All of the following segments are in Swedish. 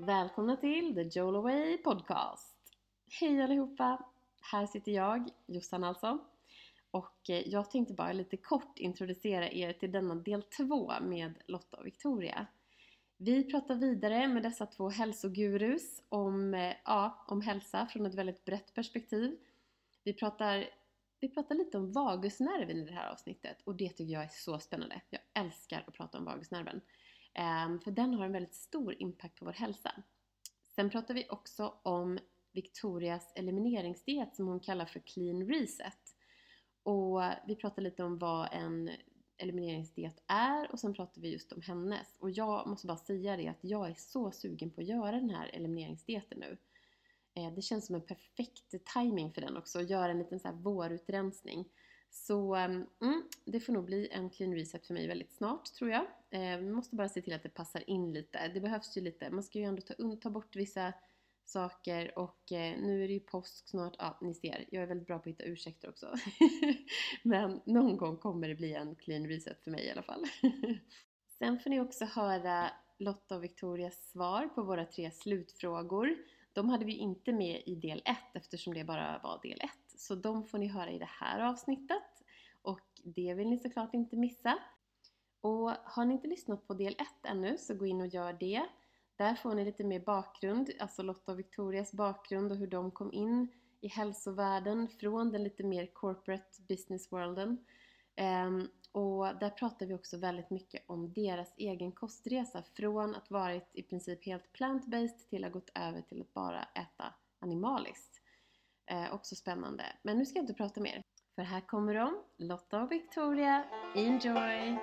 Välkomna till The Joel Away Podcast. Hej allihopa! Här sitter jag, Jossan alltså. Och jag tänkte bara lite kort introducera er till denna del 2 med Lotta och Victoria. Vi pratar vidare med dessa två hälsogurus om hälsa från ett väldigt brett perspektiv. Vi pratar lite om vagusnerven i det här avsnittet och det tycker jag är så spännande. Jag älskar att prata om vagusnerven. För den har en väldigt stor impact på vår hälsa. Sen pratar vi också om Victorias elimineringsdiet som hon kallar för clean reset. Och vi pratar lite om vad en elimineringsdiet är och sen pratar vi just om hennes. Och jag måste bara säga det att jag är så sugen på att göra den här elimineringsdieten nu. Det känns som en perfekt timing för den också, att göra en liten så här vårutrensning. Så det får nog bli en clean reset för mig väldigt snart tror jag. Vi måste bara se till att det passar in lite. Det behövs ju lite, man ska ju ändå ta bort vissa saker och nu är det ju påsk snart. Ja, ni ser, jag är väldigt bra på att hitta ursäkter också. Men någon gång kommer det bli en clean reset för mig i alla fall. Sen får ni också höra Lotta och Victorias svar på våra 3 slutfrågor. De hade vi inte med i del 1 eftersom det bara var del 1. Så de får ni höra i det här avsnittet. Och det vill ni såklart inte missa. Och har ni inte lyssnat på del 1 ännu så gå in och gör det. Där får ni lite mer bakgrund. Alltså Lotta och Victorias bakgrund och hur de kom in i hälsovärlden från den lite mer corporate business worlden. Och där pratar vi också väldigt mycket om deras egen kostresa. Från att varit i princip helt plant-based till att ha gått över till att bara äta animaliskt. Också spännande. Men nu ska jag inte prata mer. För här kommer de, Lotta och Victoria. Enjoy!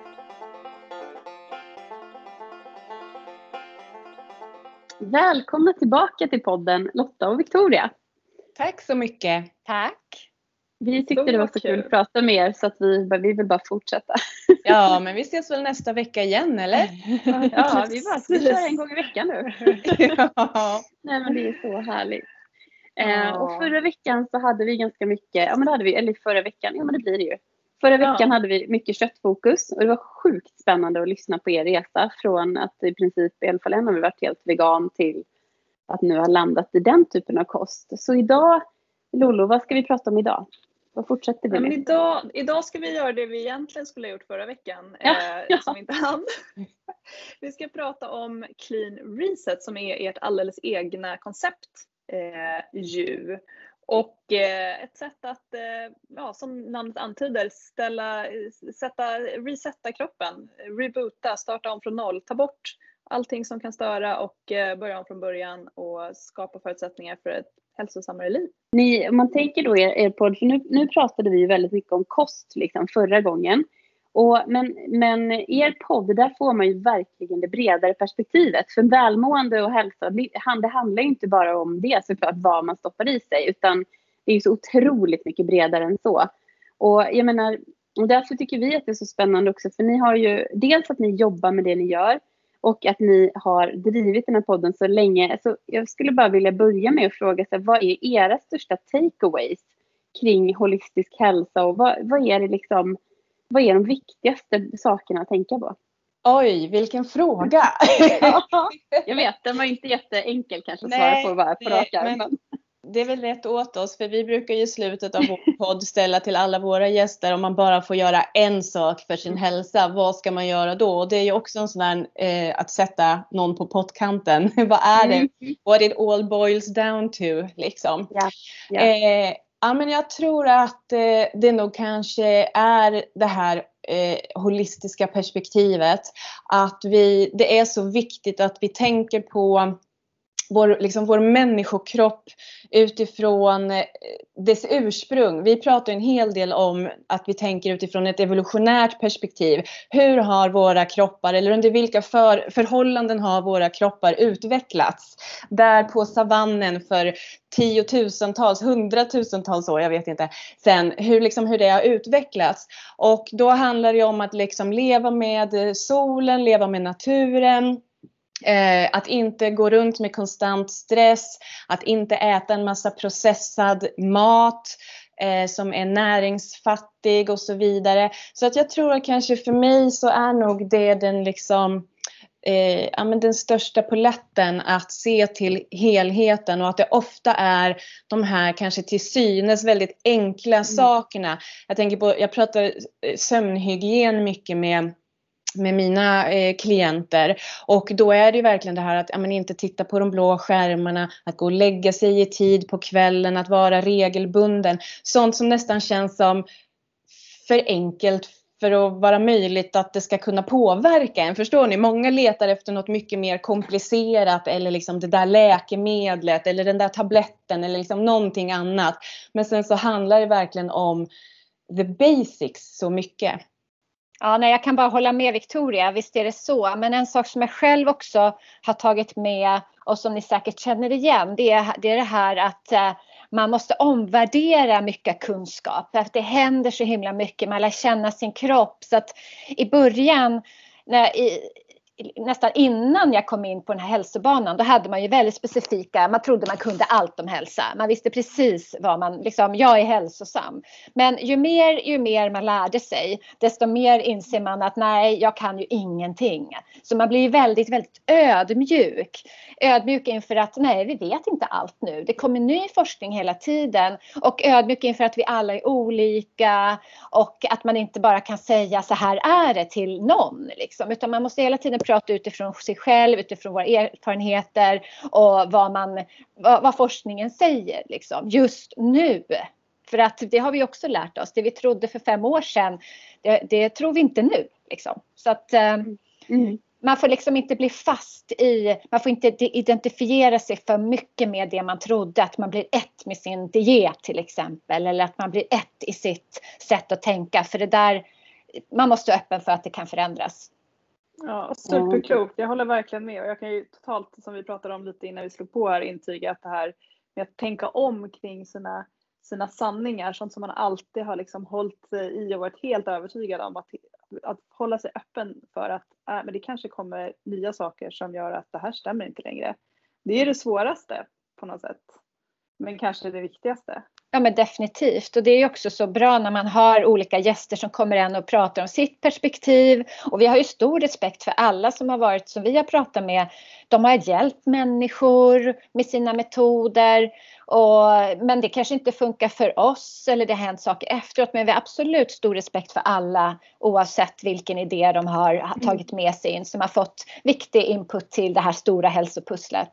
Välkomna tillbaka till podden Lotta och Victoria. Tack så mycket. Tack. Vi tyckte det var så kul att prata med er så att vi vill bara fortsätta. Ja, men vi ses väl nästa vecka igen, eller? Ja, vi kör en gång i veckan nu. Ja. Nej, men det är så härligt. Och förra veckan så hade vi ganska mycket, förra veckan hade vi mycket köttfokus och det var sjukt spännande att lyssna på er resa från att i princip i alla fall en har vi varit helt vegan till att nu ha landat i den typen av kost. Så idag, Lolo, vad ska vi prata om idag? Vad fortsätter vi med? Idag ska vi göra det vi egentligen skulle ha gjort förra veckan som vi inte hann. Vi ska prata om clean reset som är ert alldeles egna koncept och ett sätt att, som namnet antyder, resetta kroppen, reboota, starta om från noll, ta bort allting som kan störa och börja om från början och skapa förutsättningar för ett hälsosammare liv. Om man tänker då er podd, för nu pratade vi ju väldigt mycket om kost liksom förra gången. Men er podd, där får man ju verkligen det bredare perspektivet. För välmående och hälsa, det handlar ju inte bara om det såklart, vad man stoppar i sig. Utan det är ju så otroligt mycket bredare än så. Och jag menar, och därför tycker vi att det är så spännande också. För ni har ju, dels att ni jobbar med det ni gör. Och att ni har drivit den här podden så länge. Så jag skulle bara vilja börja med att fråga sig, vad är era största takeaways kring holistisk hälsa? Och vad är de viktigaste sakerna att tänka på? Oj, vilken fråga! Jag vet, den var inte jätteenkel kanske att svara på bara på raka. Men det är väl rätt åt oss, för vi brukar ju i slutet av vår podd ställa till alla våra gäster om man bara får göra en sak för sin hälsa, vad ska man göra då? Och det är ju också en sån här att sätta någon på pottkanten. Vad är det? What it all boils down to liksom. Ja, men jag tror att det nog kanske är det här holistiska perspektivet. Att det är så viktigt att vi tänker på vår människokropp utifrån dess ursprung. Vi pratar en hel del om att vi tänker utifrån ett evolutionärt perspektiv. Hur har våra kroppar, eller under vilka förhållanden har våra kroppar utvecklats? Där på savannen för 10-tusentals, 100-tusentals år, jag vet inte, sen hur det har utvecklats. Och då handlar det om att leva med solen, leva med naturen. Att inte gå runt med konstant stress, att inte äta en massa processad mat som är näringsfattig och så vidare. Så att jag tror att kanske för mig så är nog det den men den största poletten att se till helheten och att det ofta är de här kanske till synes väldigt enkla sakerna. Jag pratar sömnhygien mycket med mina klienter, och då är det ju verkligen det här att inte titta på de blå skärmarna, att gå och lägga sig i tid på kvällen, att vara regelbunden, sånt som nästan känns som för enkelt för att vara möjligt att det ska kunna påverka en. Förstår ni? Många letar efter något mycket mer komplicerat, eller liksom det där läkemedlet eller den där tabletten eller liksom någonting annat. Men sen så handlar det verkligen om the basics så mycket. Ja, nej, jag kan bara hålla med Victoria, visst är det så. Men en sak som jag själv också har tagit med och som ni säkert känner igen, det är det här att man måste omvärdera mycket kunskap. För att det händer så himla mycket, man lär känna sin kropp. Så att i början, nästan innan jag kom in på den här hälsobanan, då hade man ju väldigt specifika, man trodde man kunde allt om hälsa. Man visste precis vad man, jag är hälsosam. Men ju mer man lärde sig, desto mer inser man att nej, jag kan ju ingenting. Så man blir väldigt, väldigt ödmjuk. Ödmjuk inför att nej, vi vet inte allt nu. Det kommer ny forskning hela tiden. Och ödmjuk inför att vi alla är olika. Och att man inte bara kan säga så här är det till någon. Utan man måste hela tiden prata utifrån sig själv, utifrån våra erfarenheter och vad forskningen säger just nu. För att det har vi också lärt oss. Det vi trodde för 5 år sedan, det tror vi inte nu. Så att man får inte bli fast i, man får inte identifiera sig för mycket med det man trodde. Att man blir ett med sin diet till exempel. Eller att man blir ett i sitt sätt att tänka. För det där, man måste vara öppen för att det kan förändras. Ja, superklokt. Jag håller verkligen med. Och jag kan ju totalt, som vi pratade om lite innan vi slog på här, intyga att det här med att tänka om kring sina sanningar, sånt som man alltid har hållit i och varit helt övertygad om, att hålla sig öppen för att men det kanske kommer nya saker som gör att det här stämmer inte längre. Det är det svåraste på något sätt. Men kanske det viktigaste. Ja, men definitivt. Och det är också så bra när man har olika gäster som kommer in och pratar om sitt perspektiv. Och vi har ju stor respekt för alla som har varit, som vi har pratat med. De har hjälpt människor med sina metoder. Men det kanske inte funkar för oss, eller det har hänt saker efteråt. Men vi har absolut stor respekt för alla, oavsett vilken idé de har tagit med sig in. Som har fått viktig input till det här stora hälsopusslet.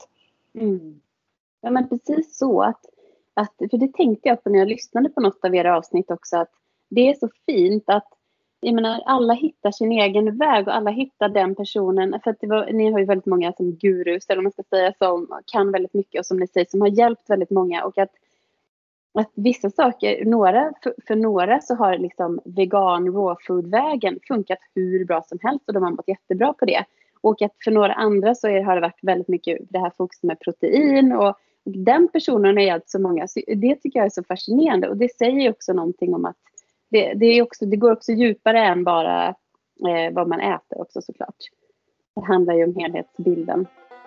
Ja, men precis så för det tänkte jag på när jag lyssnade på något av era avsnitt också, att det är så fint att alla hittar sin egen väg och alla hittar den personen, för att ni har ju väldigt många som gurus, eller man ska säga, som kan väldigt mycket och som ni säger, som har hjälpt väldigt många, och att vissa saker, för några så har vegan raw food-vägen funkat hur bra som helst och de har mått jättebra på det, och att för några andra så har det varit väldigt mycket det här fokuset med protein, och den personen har hjälpt så många. Så det tycker jag är så fascinerande. Och det säger också någonting om att det går också djupare än bara vad man äter också, såklart. Det handlar ju om helhetsbilden.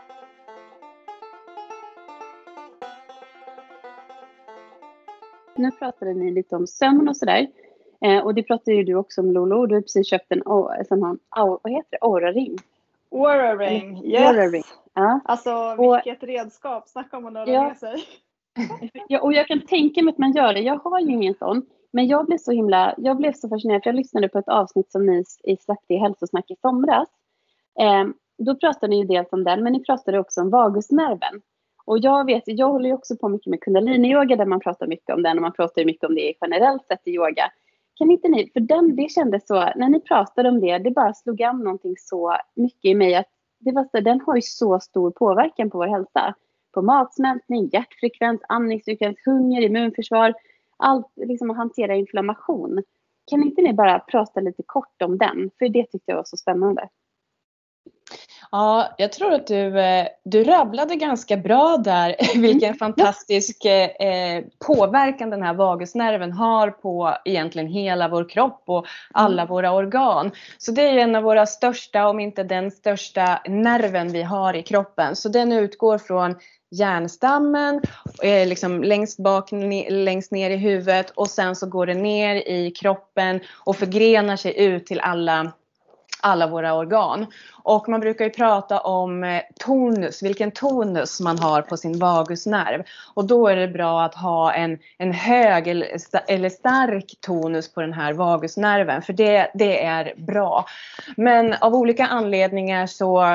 Nu pratade ni lite om sömn och sådär. Och det pratade ju du också om, Lolo. Du har precis köpt en vad heter det? Oura-ring. Oura-ring, yes. Oura-ring. Ja. Alltså vilket redskap, snacka om att nörda med sig. Ja, och jag kan tänka mig att man gör det. Jag har ju ingen sån. Men jag blev så fascinerad, för jag lyssnade på ett avsnitt som ni släppte i Hälsosnack i somras. Då pratade ni ju dels om den, men ni pratade också om vagusnerven. Och jag håller ju också på mycket med kundalini-yoga, där man pratar mycket om den, och man pratar mycket om det generellt sett i yoga. Kan inte ni, för det kändes så, när ni pratade om det bara slog an någonting så mycket i mig, att den har ju så stor påverkan på vår hälsa. På matsmältning, hjärtfrekvens, andningsfrekvens, hunger, immunförsvar, allt att hantera inflammation. Kan inte ni bara prata lite kort om den? För det tyckte jag var så spännande. Ja, jag tror att du rabblade ganska bra där vilken fantastisk påverkan den här vagusnerven har på egentligen hela vår kropp och alla våra organ. Så det är en av våra största, om inte den största nerven vi har i kroppen. Så den utgår från hjärnstammen, längst bak, längst ner i huvudet, och sen så går det ner i kroppen och förgrenar sig ut till alla alla våra organ. Och man brukar ju prata om tonus, vilken tonus man har på sin vagusnerv. Och då är det bra att ha en hög eller stark tonus på den här vagusnerven. För det är bra. Men av olika anledningar så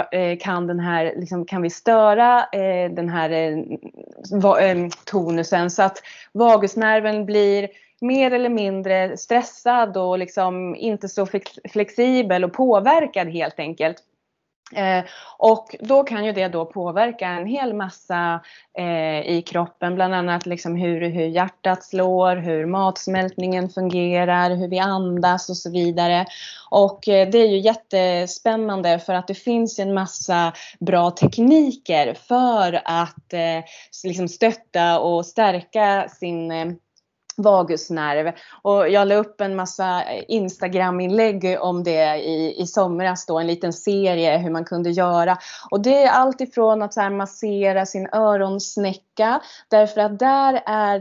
kan vi störa den här tonusen. Så att vagusnerven blir mer eller mindre stressad och liksom inte så flexibel och påverkad helt enkelt. Och då kan ju det då påverka en hel massa i kroppen, bland annat liksom hur hjärtat slår, hur matsmältningen fungerar, hur vi andas och så vidare. Och det är ju jättespännande för att det finns en massa bra tekniker för att liksom stötta och stärka sin vagusnerv. Och jag la upp en massa Instagram-inlägg om det i somras då, en liten serie hur man kunde göra. Och det är allt ifrån att så här massera sin öronsnäcka, därför att där är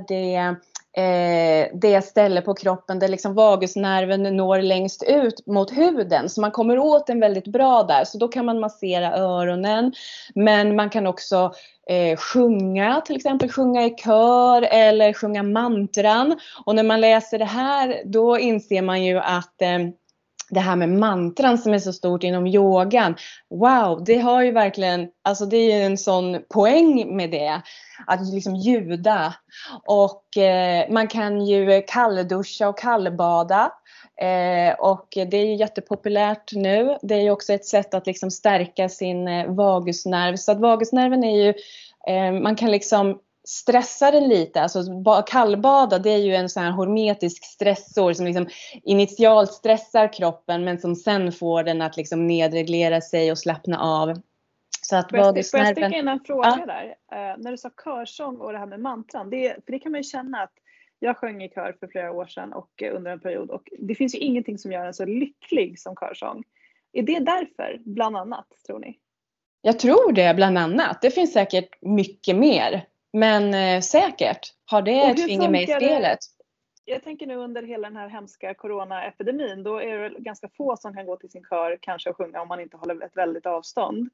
det ställe på kroppen där liksom vagusnerven når längst ut mot huden. Så man kommer åt den väldigt bra där. Så då kan man massera öronen. Men man kan också sjunga, till exempel sjunga i kör eller sjunga mantran. Och när man läser det här, då inser man ju att det här med mantran som är så stort inom yogan. Wow, det har ju verkligen, alltså det är ju en sån poäng med det. Att liksom ljuda. Och man kan ju kallduscha och kallbada. Och det är ju jättepopulärt nu. Det är ju också ett sätt att liksom stärka sin vagusnerv. Så att vagusnerven är ju, man kan liksom stressa den lite. Alltså kallbada, det är ju en sån här hormetisk stressor som liksom initialt stressar kroppen, men som sen får den att liksom nedreglera sig och slappna av. Så att Får jag vagusnerven... sticka in en fråga där? När du sa körsång och det här med mantran, för det kan man ju känna att jag sjöng i kör för flera år sedan och under en period, och det finns ju ingenting som gör en så lycklig som körsång. Är det därför, bland annat, tror ni? Jag tror det, bland annat. Det finns säkert mycket mer. Men säkert har det ett finger med i spelet. Jag tänker nu under hela den här hemska coronaepidemin, då är det ganska få som kan gå till sin kör kanske och sjunga om man inte håller ett väldigt avstånd.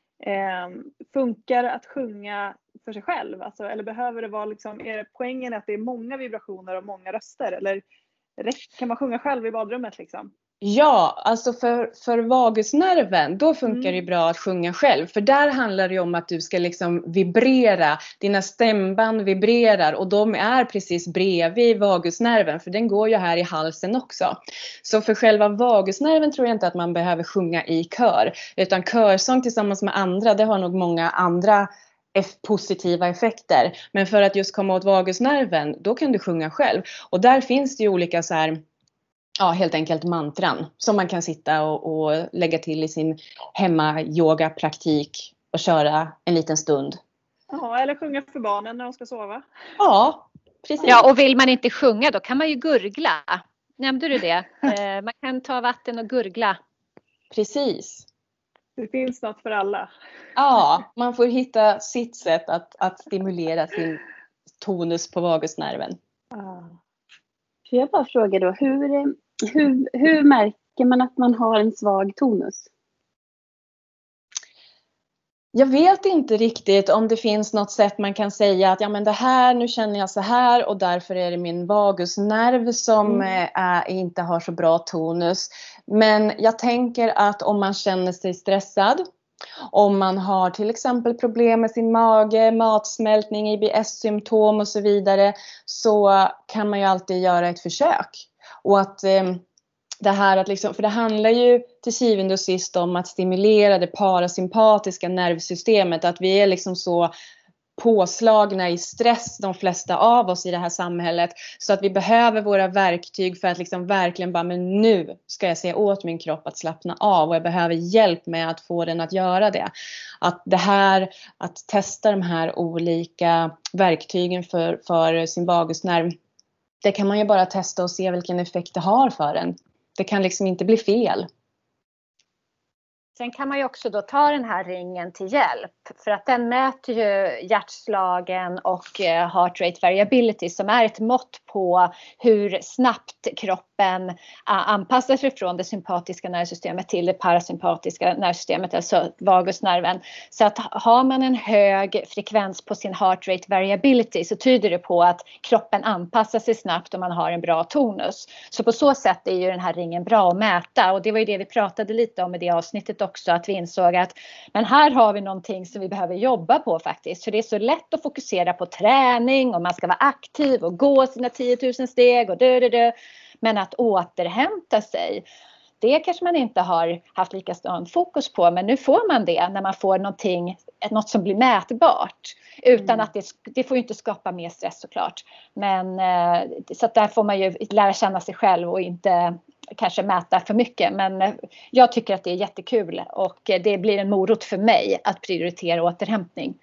Funkar att sjunga för sig själv? Alltså, eller behöver det vara liksom, är poängen att det är många vibrationer och många röster? Eller kan man sjunga själv i badrummet liksom? Ja, alltså för vagusnerven, då funkar det bra att sjunga själv. För där handlar det om att du ska liksom vibrera, dina stämband vibrerar och de är precis bredvid vagusnerven. För den går ju här i halsen också. Så för själva vagusnerven tror jag inte att man behöver sjunga i kör. Utan körsång tillsammans med andra, det har nog många andra positiva effekter. Men för att just komma åt vagusnerven, då kan du sjunga själv. Och där finns det ju olika så här... Ja, helt enkelt mantran som man kan sitta och lägga till i sin hemma-yoga-praktik och köra en liten stund. Ja, eller sjunga för barnen när de ska sova. Ja, precis. Ja, och vill man inte sjunga då kan man ju gurgla. Nämnde du det? Man kan ta vatten och gurgla. Precis. Det finns något för alla. Ja, man får hitta sitt sätt att stimulera sin tonus på vagusnerven. Får jag bara fråga då, hur märker man att man har en svag tonus? Jag vet inte riktigt om det finns något sätt man kan säga att ja, men det här, nu känner jag så här och därför är det min vagusnerv som inte har så bra tonus. Men jag tänker att om man känner sig stressad, om man har till exempel problem med sin mage, matsmältning, IBS-symptom och så vidare, så kan man ju alltid göra ett försök. Och att det här att liksom, för det handlar ju till syvende och sist om att stimulera det parasympatiska nervsystemet. Att vi är liksom så påslagna i stress, de flesta av oss i det här samhället. Så att vi behöver våra verktyg för att liksom verkligen bara, men nu ska jag säga åt min kropp att slappna av. Och jag behöver hjälp med att få den att göra det. Att testa de här olika verktygen för sin vagusnerv. Det kan man ju bara testa och se vilken effekt det har för en. Det kan liksom inte bli fel. Sen kan man ju också då ta den här ringen till hjälp. För att den mäter ju hjärtslagen och heart rate variability som är ett mått på hur snabbt kroppen kroppen anpassar sig från det sympatiska nervsystemet till det parasympatiska nervsystemet, alltså vagusnerven. Så att har man en hög frekvens på sin heart rate variability så tyder det på att kroppen anpassar sig snabbt om man har en bra tonus. Så på så sätt är ju den här ringen bra att mäta, och det var ju det vi pratade lite om i det avsnittet också, att vi insåg att men här har vi någonting som vi behöver jobba på faktiskt. För det är så lätt att fokusera på träning och man ska vara aktiv och gå sina 10 000 steg och men att återhämta sig, det kanske man inte har haft lika stor fokus på, men nu får man det när man får något som blir mätbart. Utan att det får ju inte skapa mer stress såklart. Men så att där får man ju lära känna sig själv och inte kanske mäta för mycket. Men jag tycker att det är jättekul och det blir en morot för mig att prioritera återhämtning.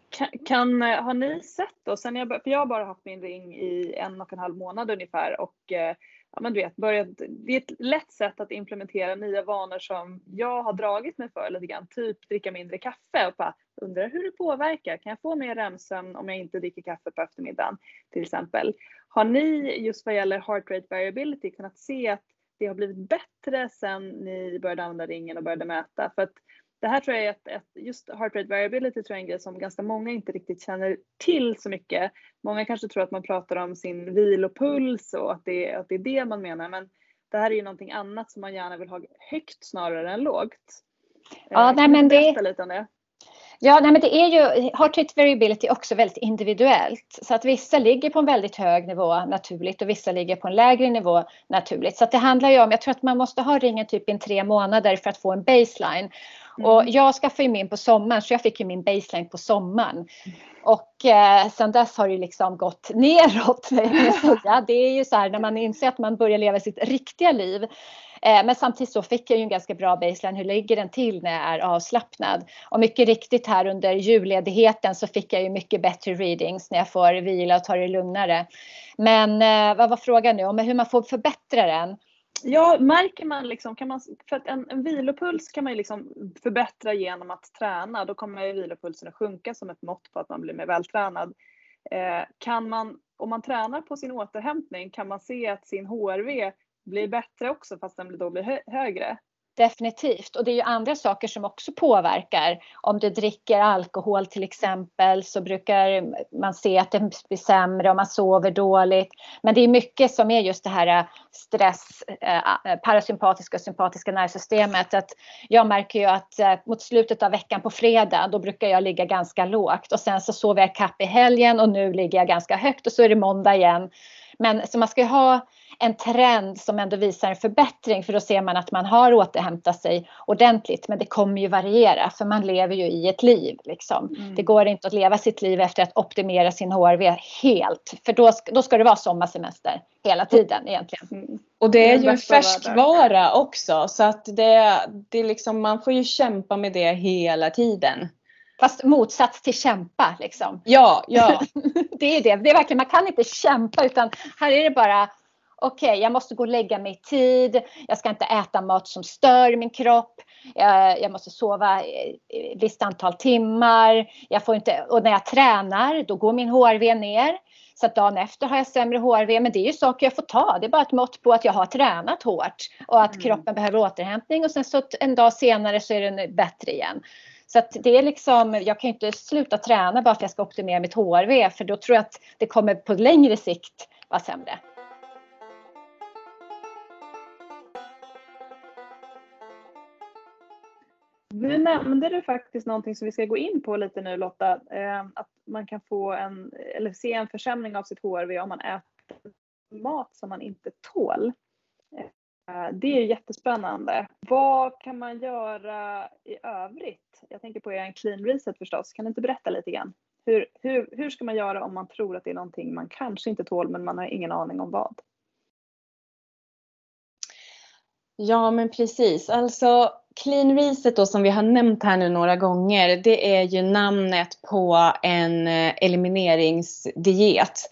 Har ni sett då, för jag har bara haft min ring i 1,5 månad ungefär, och ja, men du vet, det är ett lätt sätt att implementera nya vanor som jag har dragit mig för lite grann, typ dricka mindre kaffe, och bara undrar hur det påverkar. Kan jag få mer REM-sömn om jag inte dricker kaffe på eftermiddagen till exempel? Har ni just vad gäller heart rate variability kunnat se att det har blivit bättre sen ni började använda ringen och började mäta? För att det här tror jag är just heart rate variability tror jag är en grej som ganska många inte riktigt känner till så mycket. Många kanske tror att man pratar om sin vilopuls och att det är det man menar. Men det här är ju någonting annat som man gärna vill ha högt snarare än lågt. Ja, nej, men berätta lite om det? Ja, nej, men det är ju heart rate variability också väldigt individuellt. Så att vissa ligger på en väldigt hög nivå naturligt och vissa ligger på en lägre nivå naturligt. Så att det handlar ju om, jag tror att man måste ha ringen typ i 3 månader för att få en baseline. Och jag skaffade ju min på sommaren, så jag fick ju min baseline på sommaren. Och sen dess har det liksom gått neråt. Det är ju så här när man inser att man börjar leva sitt riktiga liv. Men samtidigt så fick jag ju en ganska bra baseline. Hur ligger den till när jag är avslappnad? Och mycket riktigt här under julledigheten så fick jag ju mycket bättre readings när jag får vila och ta det lugnare. Men vad var frågan nu? Om hur man får förbättra den? Ja, märker man liksom, för att en vilopuls kan man ju liksom förbättra genom att träna. Då kommer ju vilopulsen att sjunka som ett mått på att man blir mer vältränad. Om man tränar på sin återhämtning, kan man se att sin HRV blir bättre också fast den då blir högre? Definitivt. Och det är ju andra saker som också påverkar. Om du dricker alkohol till exempel så brukar man se att det blir sämre om man sover dåligt. Men det är mycket som är just det här stress, parasympatiska och sympatiska nervsystemet. Att jag märker ju att mot slutet av veckan på fredag då brukar jag ligga ganska lågt. Och sen så sover jag kapp i helgen och nu ligger jag ganska högt och så är det måndag igen. Men så man ska ju ha en trend som ändå visar en förbättring, för då ser man att man har återhämtat sig ordentligt. Men det kommer ju variera, för man lever ju i ett liv liksom. Det går inte att leva sitt liv efter att optimera sin HRV helt, för då ska det vara sommarsemester hela tiden egentligen. Och det är ju en färskvara också, så att det liksom, man får ju kämpa med det hela tiden. Fast motsats till kämpa liksom. Ja. Det är det. Det är verkligen, man kan inte kämpa, utan här är det bara okej, jag måste gå och lägga mig i tid. Jag ska inte äta mat som stör min kropp. Jag måste sova ett visst antal timmar. Jag får inte, och när jag tränar då går min HRV ner. Så att dagen efter har jag sämre HRV. Men det är ju saker jag får ta. Det är bara ett mått på att jag har tränat hårt. Och att kroppen behöver återhämtning. Och sen så en dag senare så är den bättre igen. Så att det är liksom, jag kan ju inte sluta träna bara för att jag ska optimera mitt HRV. För då tror jag att det kommer på längre sikt vara sämre. Nu nämnde du faktiskt någonting som vi ska gå in på lite nu, Lotta. Att man kan få se en försämring av sitt HRV om man äter mat som man inte tål. Det är jättespännande. Vad kan man göra i övrigt? Jag tänker på en clean reset förstås. Kan du inte berätta lite grann? Hur ska man göra om man tror att det är någonting man kanske inte tål, men man har ingen aning om vad? Ja, men precis. Alltså clean reset då, som vi har nämnt här nu några gånger, det är ju namnet på en elimineringsdiet.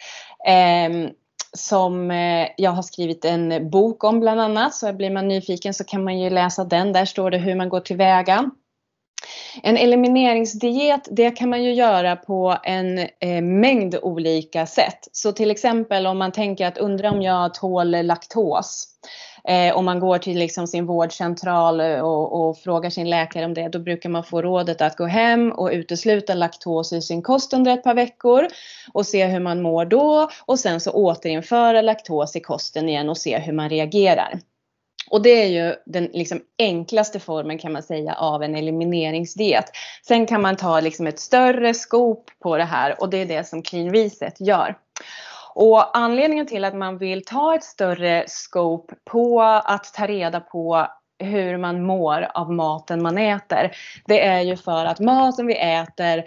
Som jag har skrivit en bok om bland annat. Så blir man nyfiken så kan man ju läsa den. Där står det hur man går tillväga. En elimineringsdiet, det kan man ju göra på en mängd olika sätt. Så till exempel om man tänker att undra om jag tål laktos. Om man går till liksom sin vårdcentral och frågar sin läkare om det, då brukar man få rådet att gå hem och utesluta laktos i sin kost under ett par veckor och se hur man mår då, och sen så återinföra laktos i kosten igen och se hur man reagerar. Och det är ju den liksom enklaste formen, kan man säga, av en elimineringsdiet. Sen kan man ta liksom ett större scope på det här, och det är det som Clean Reset gör. Och anledningen till att man vill ta ett större scope på att ta reda på hur man mår av maten man äter, det är ju för att maten vi äter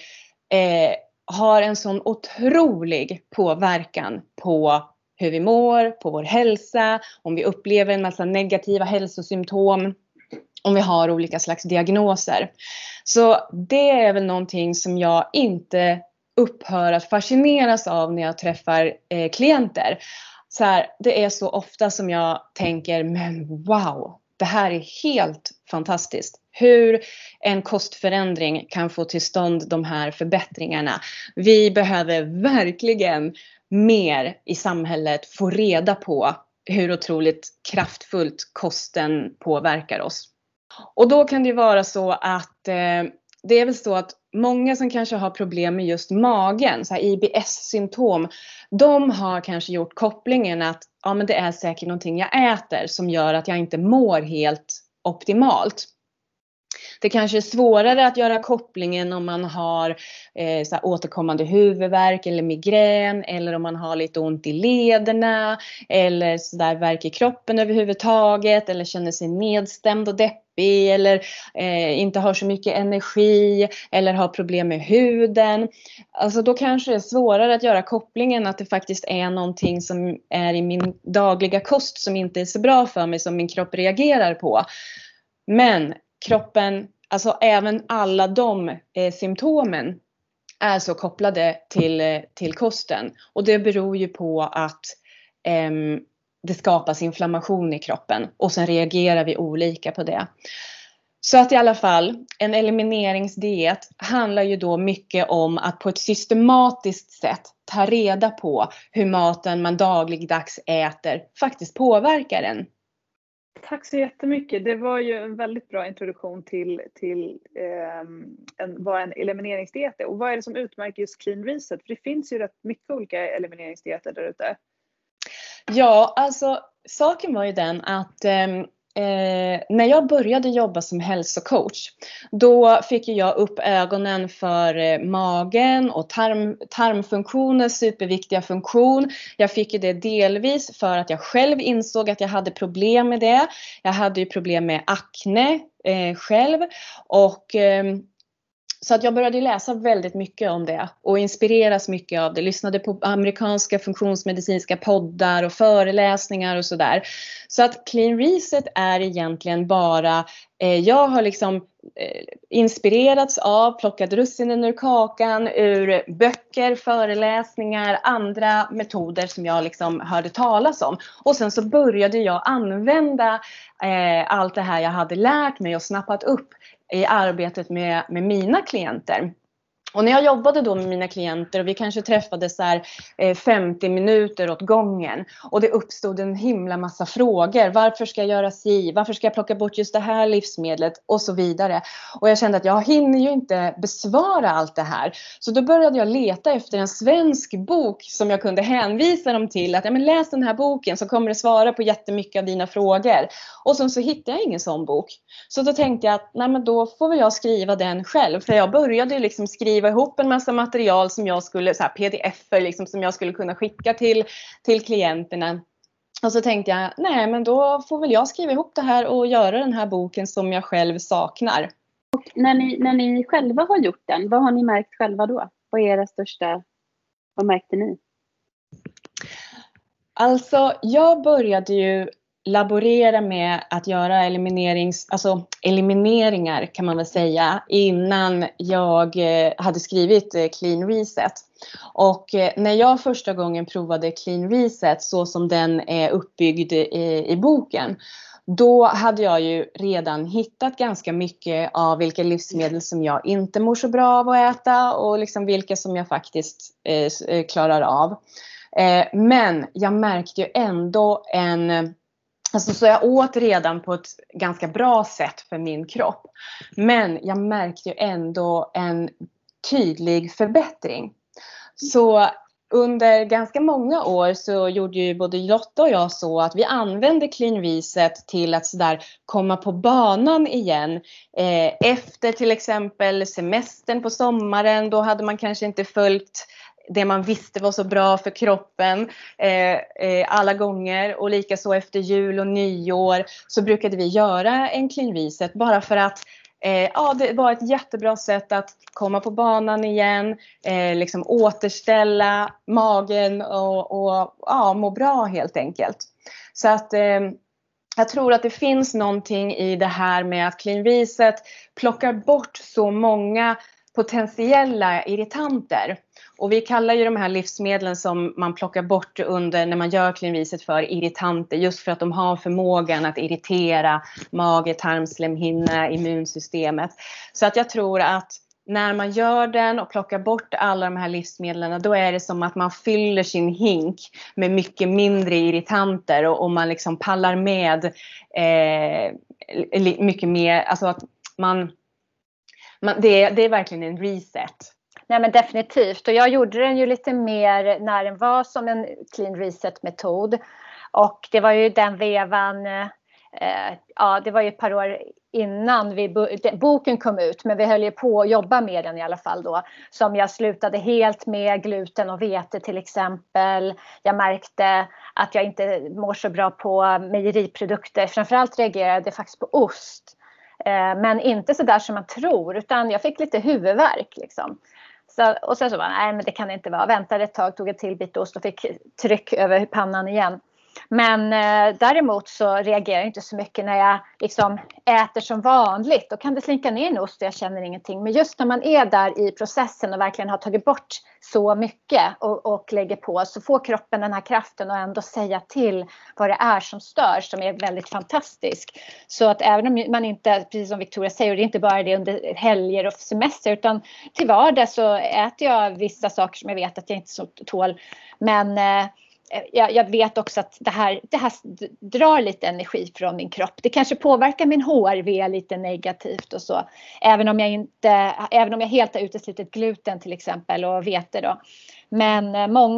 har en sån otrolig påverkan på hur vi mår, på vår hälsa, om vi upplever en massa negativa hälsosymptom, om vi har olika slags diagnoser. Så det är väl någonting som jag inte upphör att fascineras av när jag träffar klienter. Så här, det är så ofta som jag tänker, men wow, det här är helt fantastiskt. Hur en kostförändring kan få till stånd de här förbättringarna. Vi behöver verkligen mer i samhället få reda på hur otroligt kraftfullt kosten påverkar oss. Och då kan det vara så att det är väl så att många som kanske har problem med just magen, så här IBS-symptom, de har kanske gjort kopplingen att ja, men det är säkert någonting jag äter som gör att jag inte mår helt optimalt. Det kanske är svårare att göra kopplingen om man har så här återkommande huvudvärk eller migrän, eller om man har lite ont i lederna eller så där värk i kroppen överhuvudtaget, eller känner sig nedstämd och deppig, eller inte har så mycket energi, eller har problem med huden. Alltså då kanske det är svårare att göra kopplingen att det faktiskt är någonting som är i min dagliga kost som inte är så bra för mig, som min kropp reagerar på. Men kroppen, alltså även alla de symptomen är så kopplade till kosten. Och det beror ju på att det skapas inflammation i kroppen. Och sen reagerar vi olika på det. Så att i alla fall, en elimineringsdiet handlar ju då mycket om att på ett systematiskt sätt ta reda på hur maten man dagligdags äter faktiskt påverkar en. Tack så jättemycket. Det var ju en väldigt bra introduktion till vad en elimineringsdiet är. Och vad är det som utmärker just Clean Reset? För det finns ju rätt mycket olika elimineringsdieter där ute. Ja, alltså saken var ju den att när jag började jobba som hälsocoach, då fick jag upp ögonen för magen och tarmfunktionens superviktiga funktion. Jag fick ju det delvis för att jag själv insåg att jag hade problem med det. Jag hade ju problem med akne själv, och så att jag började läsa väldigt mycket om det och inspireras mycket av det. Lyssnade på amerikanska funktionsmedicinska poddar och föreläsningar och sådär. Så att Clean Reset är egentligen bara, jag har liksom inspirerats av, plockat russinen ur kakan, ur böcker, föreläsningar, andra metoder som jag liksom hörde talas om. Och sen så började jag använda allt det här jag hade lärt mig och snappat upp i arbetet med mina klienter. Och när jag jobbade då med mina klienter och vi kanske träffades så här 50 minuter åt gången, och det uppstod en himla massa frågor. Varför ska jag göra si? Varför ska jag plocka bort just det här livsmedlet? Och så vidare. Och jag kände att jag hinner ju inte besvara allt det här. Så då började jag leta efter en svensk bok som jag kunde hänvisa dem till. Att ja, men läs den här boken så kommer det svara på jättemycket av dina frågor. Och så hittade jag ingen sån bok. Så då tänkte jag att nej, men då får väl jag skriva den själv. För jag började liksom skriva ihop en massa material som jag skulle, så här pdf-er liksom, som jag skulle kunna skicka till klienterna. Och så tänkte jag, nej men då får väl jag skriva ihop det här och göra den här boken som jag själv saknar. Och när ni själva har gjort den, vad har ni märkt själva då? Vad är era största, vad märkte ni? Alltså jag började ju laborera med att göra elimineringar kan man väl säga, innan jag hade skrivit Clean Reset. Och när jag första gången provade Clean Reset så som den är uppbyggd i boken, då hade jag ju redan hittat ganska mycket av vilka livsmedel som jag inte mår så bra av att äta och liksom vilka som jag faktiskt klarar av. Men jag märkte ju ändå så jag åt redan på ett ganska bra sätt för min kropp. Men jag märkte ju ändå en tydlig förbättring. Så under ganska många år så gjorde ju både Lotta och jag så att vi använde Clean Reset till att sådär komma på banan igen. Efter till exempel semestern på sommaren, då hade man kanske inte följt det man visste var så bra för kroppen alla gånger. Och likaså efter jul och nyår så brukade vi göra en Clean Reset bara för att det var ett jättebra sätt att komma på banan igen, liksom återställa magen och må bra helt enkelt. Så att jag tror att det finns någonting i det här med att Clean Reset plockar bort så många potentiella irritanter. Och vi kallar ju de här livsmedlen som man plockar bort under när man gör Clean Reset för irritanter. Just för att de har förmågan att irritera mage, tarmslemhinna, immunsystemet. Så att jag tror att när man gör den och plockar bort alla de här livsmedlen, då är det som att man fyller sin hink med mycket mindre irritanter. Och man liksom pallar med mycket mer. Alltså att det är verkligen en reset. Nej men definitivt, och jag gjorde den ju lite mer när den var som en Clean Reset-metod. Och det var ju den vevan, det var ju ett par år innan boken kom ut, men vi höll ju på att jobba med den i alla fall då. Som jag slutade helt med gluten och vete till exempel. Jag märkte att jag inte mår så bra på mejeriprodukter, framförallt reagerade jag faktiskt på ost. Men inte så där som man tror, utan jag fick lite huvudvärk liksom. Och sen så bara, nej men det kan det inte vara. Väntade ett tag, tog ett till bit ost och fick tryck över pannan igen. Men däremot så reagerar jag inte så mycket när jag liksom äter som vanligt. Då kan det slinka ner en ost och jag känner ingenting. Men just när man är där i processen och verkligen har tagit bort så mycket och lägger på, så får kroppen den här kraften och ändå säga till vad det är som stör, som är väldigt fantastisk. Så att även om man inte, precis som Victoria säger, det är inte bara det under helger och semester, utan till vardag så äter jag vissa saker som jag vet att jag inte så tål. Men jag vet också att det här drar lite energi från min kropp. Det kanske påverkar min HRV lite negativt och så. Även om jag helt har uteslutit gluten till exempel och vete då. Men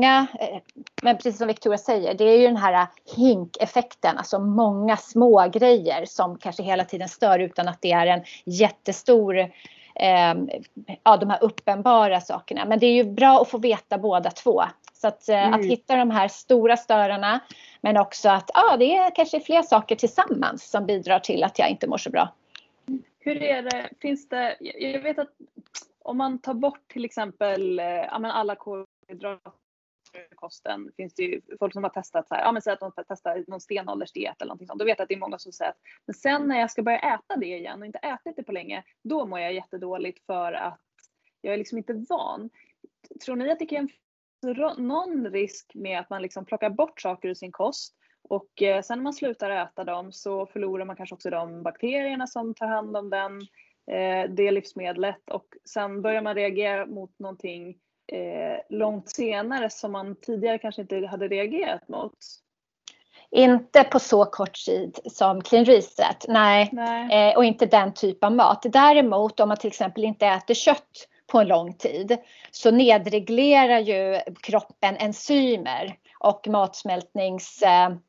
men precis som Victoria säger, det är ju den här hinkeffekten. Alltså många små grejer som kanske hela tiden stör utan att det är en jättestor de här uppenbara sakerna. Men det är ju bra att få veta båda två. Så att hitta de här stora störarna, men också att det är kanske fler saker tillsammans som bidrar till att jag inte mår så bra. Hur är det, finns det, jag vet att om man tar bort till exempel alla kolhydrater i kosten, finns det ju folk som har testat så här, men säg att de testar någon stenåldersdiet eller någonting sånt. Då vet jag att det är många som säger att men sen när jag ska börja äta det igen och inte ätit det på länge, då mår jag jättedåligt för att jag är liksom inte van. Tror ni att det kan någon risk med att man liksom plockar bort saker ur sin kost och sen när man slutar äta dem så förlorar man kanske också de bakterierna som tar hand om det livsmedlet, och sen börjar man reagera mot någonting långt senare som man tidigare kanske inte hade reagerat mot? Inte på så kort tid som Clean Reset, nej. Och inte den typ av mat. Däremot om man till exempel inte äter kött på en lång tid så nedreglerar ju kroppen enzymer och matsmältningsämnen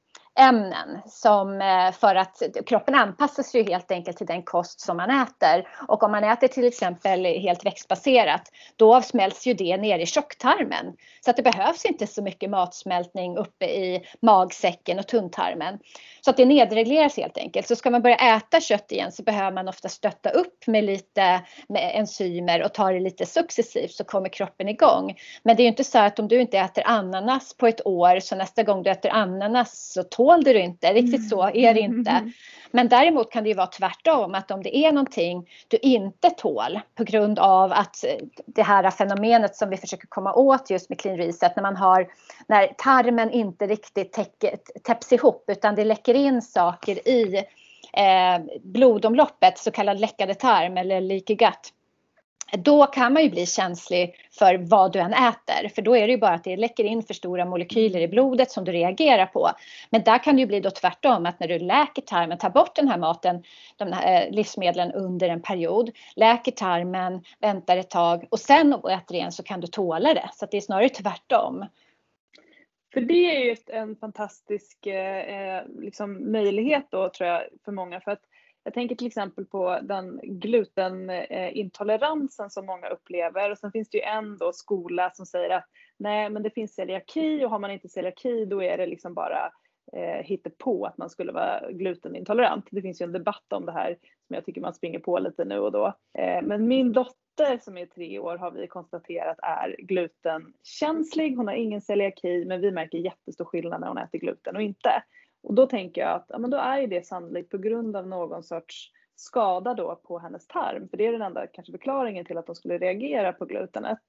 som för att kroppen anpassas ju helt enkelt till den kost som man äter. Och om man äter till exempel helt växtbaserat, då smälts ju det ner i tjocktarmen. Så att det behövs inte så mycket matsmältning uppe i magsäcken och tunntarmen. Så att det nedregleras helt enkelt. Så ska man börja äta kött igen så behöver man ofta stötta upp med enzymer och ta det lite successivt, så kommer kroppen igång. Men det är ju inte så att om du inte äter ananas på ett år, så nästa gång du äter ananas så tål det inte. Riktigt så är det inte. Men däremot kan det ju vara tvärtom, att om det är någonting du inte tål på grund av att det här fenomenet som vi försöker komma åt just med Clean Reset, när tarmen inte riktigt täpps ihop utan det läcker in saker i blodomloppet, så kallad läckande tarm eller leaky gut. Då kan man ju bli känslig för vad du än äter. För då är det ju bara att det läcker in för stora molekyler i blodet som du reagerar på. Men där kan det ju bli då tvärtom. Att när du läker tarmen, tar bort den här maten, de här livsmedlen under en period. Läker tarmen, väntar ett tag och sen äter igen, så kan du tåla det. Så att det är snarare tvärtom. För det är ju en fantastisk liksom möjlighet då, tror jag, för många. För att jag tänker till exempel på den glutenintoleransen som många upplever. Och sen finns det ju en då skola som säger att nej, men det finns celiaki, och har man inte celiaki då är det liksom bara hittepå att man skulle vara glutenintolerant. Det finns ju en debatt om det här som jag tycker man springer på lite nu och då. Men min dotter som är 3 år har vi konstaterat är glutenkänslig. Hon har ingen celiaki, men vi märker jättestor skillnad när hon äter gluten och inte. Och då tänker jag att ja, men då är ju det sannolikt på grund av någon sorts skada då på hennes tarm. För det är den enda kanske förklaringen till att de skulle reagera på glutenet.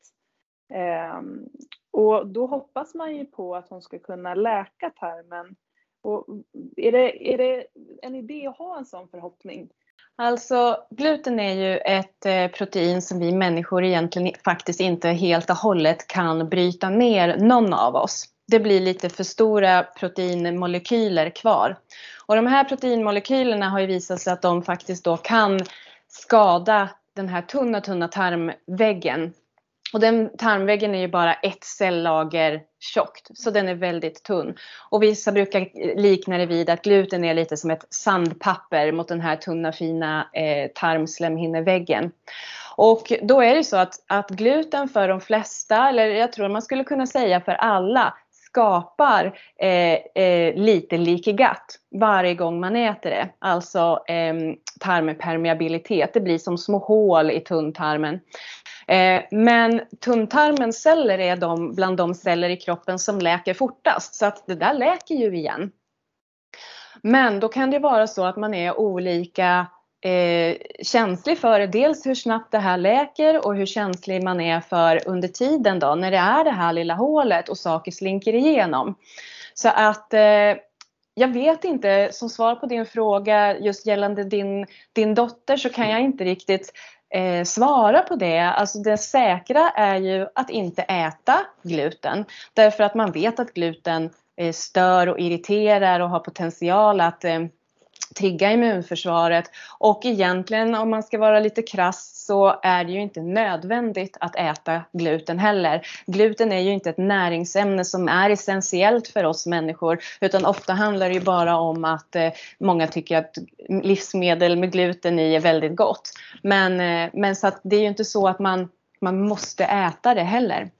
Och då hoppas man ju på att hon ska kunna läka tarmen. Och är det en idé att ha en sån förhoppning? Alltså gluten är ju ett protein som vi människor egentligen faktiskt inte helt och hållet kan bryta ner, någon av oss. Det blir lite för stora proteinmolekyler kvar. Och de här proteinmolekylerna har ju visat sig att de faktiskt då kan skada den här tunna tarmväggen. Och den tarmväggen är ju bara ett cellager tjockt, så den är väldigt tunn. Och vissa brukar likna det vid att gluten är lite som ett sandpapper mot den här tunna fina tarmslemhinneväggen. Och då är det så att gluten för de flesta, eller jag tror man skulle kunna säga för alla, skapar lite leaky gut varje gång man äter det. Alltså tarmpermeabilitet, det blir som små hål i tunntarmen. Men tunntarmens celler är bland de celler i kroppen som läker fortast. Så att det där läker ju igen. Men då kan det vara så att man är olika känslig för dels hur snabbt det här läker och hur känslig man är för under tiden då, när det är det här lilla hålet och saker slinker igenom. Så att jag vet inte, som svar på din fråga just gällande din dotter, så kan jag inte riktigt svara på det. Alltså det säkra är ju att inte äta gluten, därför att man vet att gluten stör och irriterar och har potential att trigga immunförsvaret. Och egentligen, om man ska vara lite krass, så är det ju inte nödvändigt att äta gluten heller. Gluten är ju inte ett näringsämne som är essentiellt för oss människor, utan ofta handlar det ju bara om att många tycker att livsmedel med gluten i är väldigt gott. Men så att det är ju inte så att man måste äta det heller.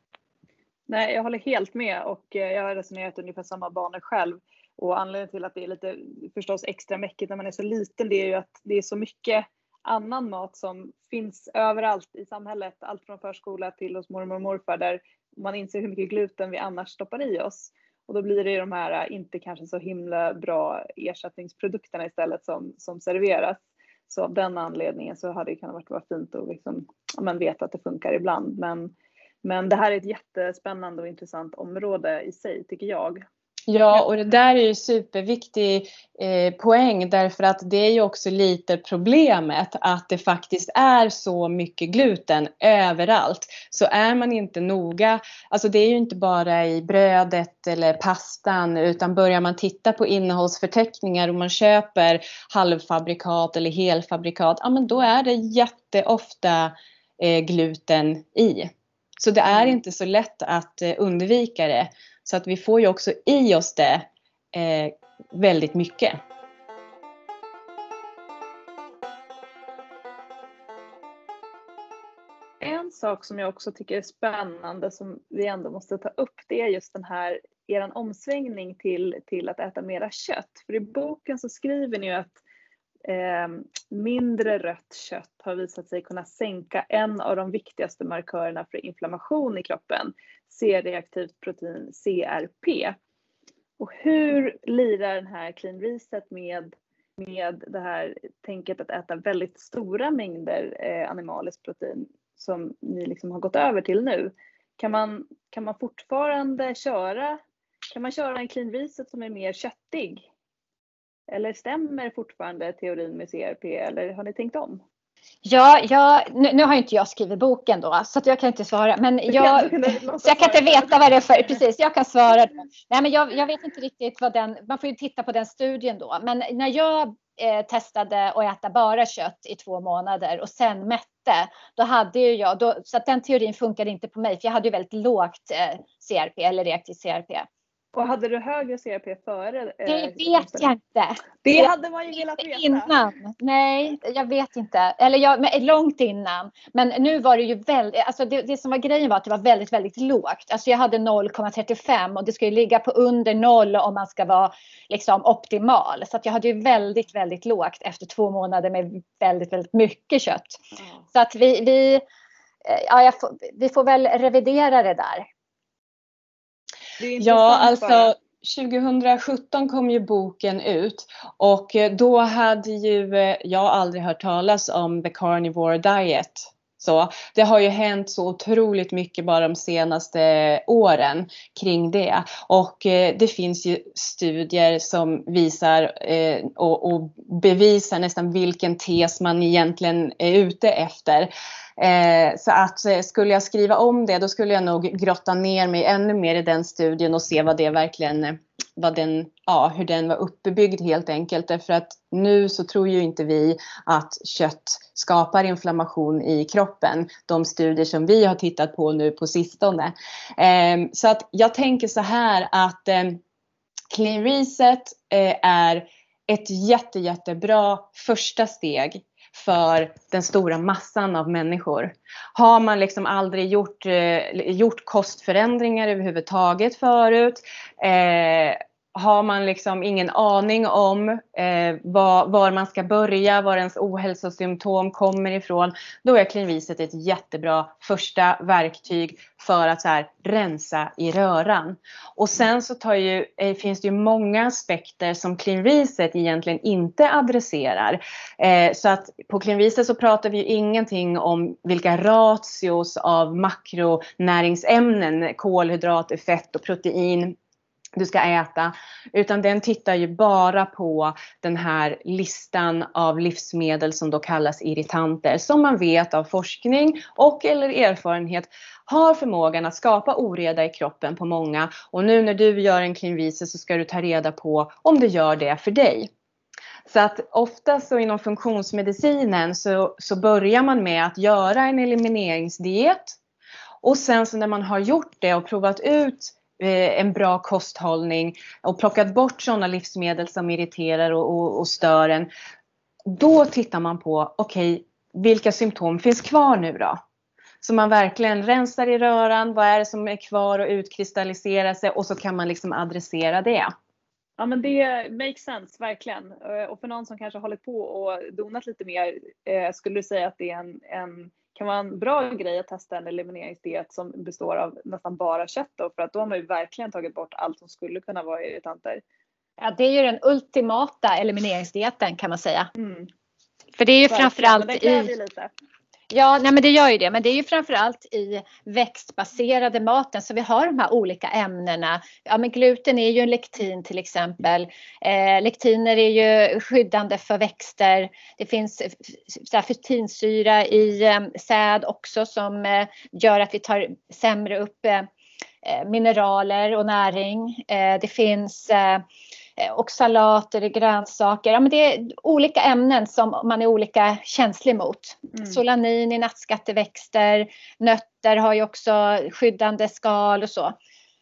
Nej, jag håller helt med, och jag har resonerat ungefär samma banor själv. Och anledningen till att det är lite förstås extra mäckigt när man är så liten, det är ju att det är så mycket annan mat som finns överallt i samhället. Allt från förskola till hos mormor och morfar, där man inser hur mycket gluten vi annars stoppar i oss. Och då blir det de här inte kanske så himla bra ersättningsprodukterna istället som serveras. Så av den anledningen så hade det kunnat vara fint att liksom, man vet att det funkar ibland. Men det här är ett jättespännande och intressant område i sig, tycker jag. Ja, och det där är ju superviktig poäng, därför att det är ju också lite problemet att det faktiskt är så mycket gluten överallt. Så är man inte noga, alltså det är ju inte bara i brödet eller pastan, utan börjar man titta på innehållsförteckningar och man köper halvfabrikat eller helfabrikat, ja men då är det jätteofta gluten i. Så det är inte så lätt att undvika det. Så att vi får ju också i oss det väldigt mycket. En sak som jag också tycker är spännande som vi ändå måste ta upp, det är just den här eran omsvängning till att äta mera kött. För i boken så skriver ni ju att mindre rött kött har visat sig kunna sänka en av de viktigaste markörerna för inflammation i kroppen, C-reaktivt protein CRP. Och hur lirar den här Clean Reset med det här tänket att äta väldigt stora mängder animaliskt protein som ni liksom har gått över till nu? Kan man fortfarande köra en Clean Reset som är mer köttig? Eller stämmer fortfarande teorin med CRP, eller har ni tänkt om? Ja, nu har inte jag skrivit boken då, så att jag kan inte svara. Men så jag kan inte veta vad det är för. Precis, jag kan svara. Nej, men jag vet inte riktigt man får ju titta på den studien då. Men när jag testade att äta bara kött i 2 månader och sen mätte, då hade ju jag, så att den teorin funkade inte på mig, för jag hade ju väldigt lågt CRP eller reaktiv CRP. Och hade du högre CRP före? Det vet jag inte. Det hade man ju velat veta. Innan. Nej, jag vet inte. Eller långt innan. Men nu var det ju väldigt, alltså det som var grejen var att det var väldigt, väldigt lågt. Alltså jag hade 0,35 och det ska ju ligga på under 0 om man ska vara liksom optimal. Så att jag hade ju väldigt, väldigt lågt efter 2 månader med väldigt, väldigt mycket kött. Så att vi får väl revidera det där. Ja, alltså 2017 kom ju boken ut och då hade ju jag aldrig hört talas om The Carnivore Diet. Så det har ju hänt så otroligt mycket bara de senaste åren kring det. Och det finns ju studier som visar och bevisar nästan vilken tes man egentligen är ute efter. Så att skulle jag skriva om det, då skulle jag nog grotta ner mig ännu mer i den studien och se vad det verkligen, hur den var uppbyggd helt enkelt. Därför att nu så tror ju inte vi att kött skapar inflammation i kroppen. De studier som vi har tittat på nu på sistone. Så att jag tänker så här att Clean Reset är ett jättebra första steg för den stora massan av människor. Har man liksom aldrig gjort kostförändringar överhuvudtaget förut, har man liksom ingen aning om var man ska börja, var ens ohälsosymptom kommer ifrån, då är Clean Reset ett jättebra första verktyg för att så här rensa i röran. Och sen så finns det ju många aspekter som Clean Reset egentligen inte adresserar. Så att på Clean Reset så pratar vi ju ingenting om vilka ratios av makronäringsämnen, kolhydrater, fett och protein du ska äta, utan den tittar ju bara på den här listan av livsmedel som då kallas irritanter, som man vet av forskning och eller erfarenhet har förmågan att skapa oreda i kroppen på många. Och nu när du gör en Clean Reset så ska du ta reda på om det gör det för dig. Så att ofta så inom funktionsmedicinen så börjar man med att göra en elimineringsdiet, och sen så när man har gjort det och provat ut en bra kosthållning och plockat bort sådana livsmedel som irriterar och stör en, då tittar man på vilka symptom finns kvar nu då? Så man verkligen rensar i röran, vad är det som är kvar och utkristalliserar sig, och så kan man liksom adressera det. Ja, men det makes sense, verkligen. Och för någon som kanske hållit på och donat lite mer, skulle du säga att det är kan vara en bra grej att testa en elimineringsdiet som består av nästan bara kött då, för att då har man ju verkligen tagit bort allt som skulle kunna vara irritanter. Ja, det är ju den ultimata elimineringsdieten kan man säga. Mm. För det är ju framförallt men det kräver ju lite. Ja, nej, men det gör ju det. Men det är ju framförallt i växtbaserade maten. Så vi har de här olika ämnena. Ja, men gluten är ju en lektin till exempel. Lektiner är ju skyddande för växter. Det finns fytinsyra i säd också som gör att vi tar sämre upp mineraler och näring. Det finns oxalater i grönsaker. Ja, men det är olika ämnen som man är olika känslig mot. Solanin i nattskatteväxter. Nötter har ju också skyddande skal och så.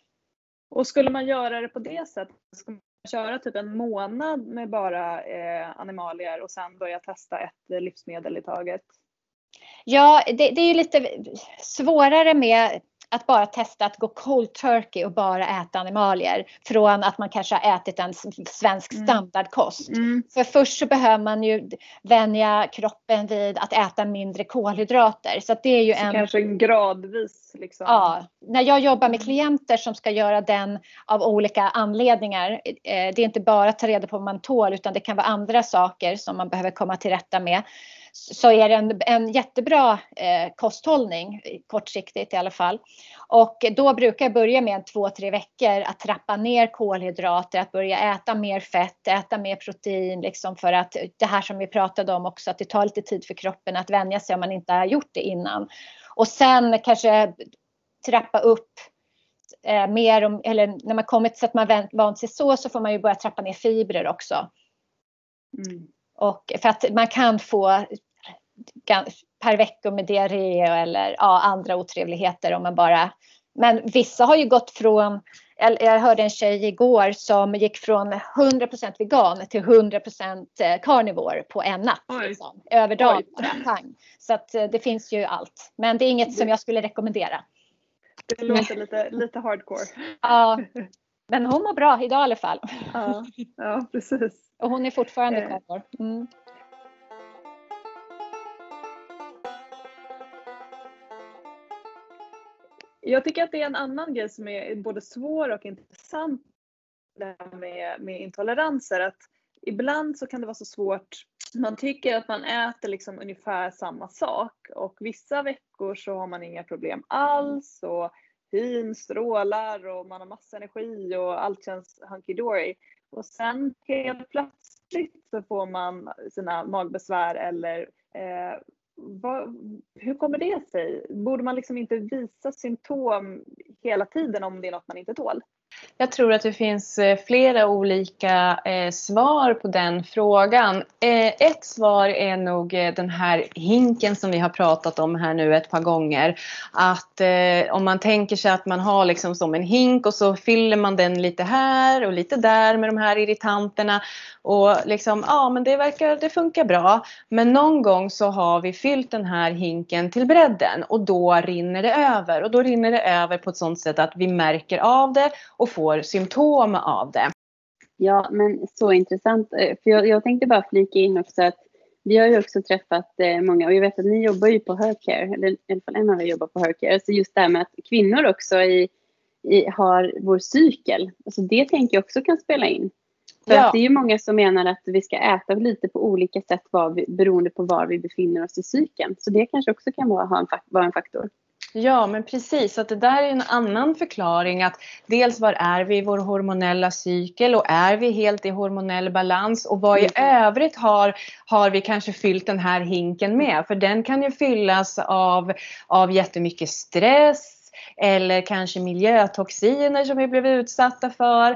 Och skulle man göra det på det sättet? Ska man köra typ en månad med bara animalier och sen börja testa ett livsmedel i taget? Ja, det är ju lite svårare med att bara testa att gå cold turkey och bara äta animalier från att man kanske har ätit en svensk standardkost. För först så behöver man ju vänja kroppen vid att äta mindre kolhydrater. Så att det är ju kanske gradvis liksom. Ja, när jag jobbar med klienter som ska göra den av olika anledningar. Det är inte bara att ta reda på vad man tål, utan det kan vara andra saker som man behöver komma till rätta med. Så är det en jättebra kosthållning, kortsiktigt i alla fall. Och då brukar jag börja med 2-3 veckor att trappa ner kolhydrater, att börja äta mer fett, äta mer protein. Liksom för att det här som vi pratade om också, att det tar lite tid för kroppen att vänja sig om man inte har gjort det innan. Och sen kanske trappa upp mer, eller när man kommit så att man vant sig så får man ju börja trappa ner fibrer också. Och för att man kan få per vecka med diarré eller andra otrevligheter om man bara. Men vissa har ju gått från, jag hörde en tjej igår som gick från 100% vegan till 100% carnivore på en natt. Liksom, över dagen. Så att det finns ju allt. Men det är inget som jag skulle rekommendera. Det låter lite hardcore. Ja, men hon mår bra idag i alla fall. Ja, precis. Och hon är fortfarande carnivore. Jag tycker att det är en annan grej som är både svår och intressant med intoleranser. Att ibland så kan det vara så svårt. Man tycker att man äter liksom ungefär samma sak. Och vissa veckor så har man inga problem alls. Och hyn strålar och man har massa energi och allt känns hunky-dory. Och sen helt plötsligt så får man sina magbesvär eller... hur kommer det sig? Borde man liksom inte visa symptom hela tiden om det är något man inte tål? Jag tror att det finns flera olika svar på den frågan. Ett svar är nog den här hinken som vi har pratat om här nu ett par gånger. Att om man tänker sig att man har liksom som en hink och så fyller man den lite här och lite där med de här irritanterna. Och liksom, men det funkar bra. Men någon gång så har vi fyllt den här hinken till bredden och då rinner det över. Och då rinner det över på ett sånt sätt att vi märker av det och får symptom av det. Ja, men så intressant. För jag tänkte bara flika in också att vi har ju också träffat många, och jag vet att ni jobbar ju på Hercare, eller i alla fall en av er jobbar på Hercare. Så just det här med att kvinnor också har vår cykel. Alltså det tänker jag också kan spela in. För att det är ju många som menar att vi ska äta lite på olika sätt beroende på var vi befinner oss i cykeln. Så det kanske också kan vara en faktor. Ja, men precis. Så att det där är en annan förklaring. Att dels var är vi i vår hormonella cykel och är vi helt i hormonell balans. Och vad i övrigt har vi kanske fyllt den här hinken med. För den kan ju fyllas av jättemycket stress. Eller kanske miljötoxiner som vi blev utsatta för.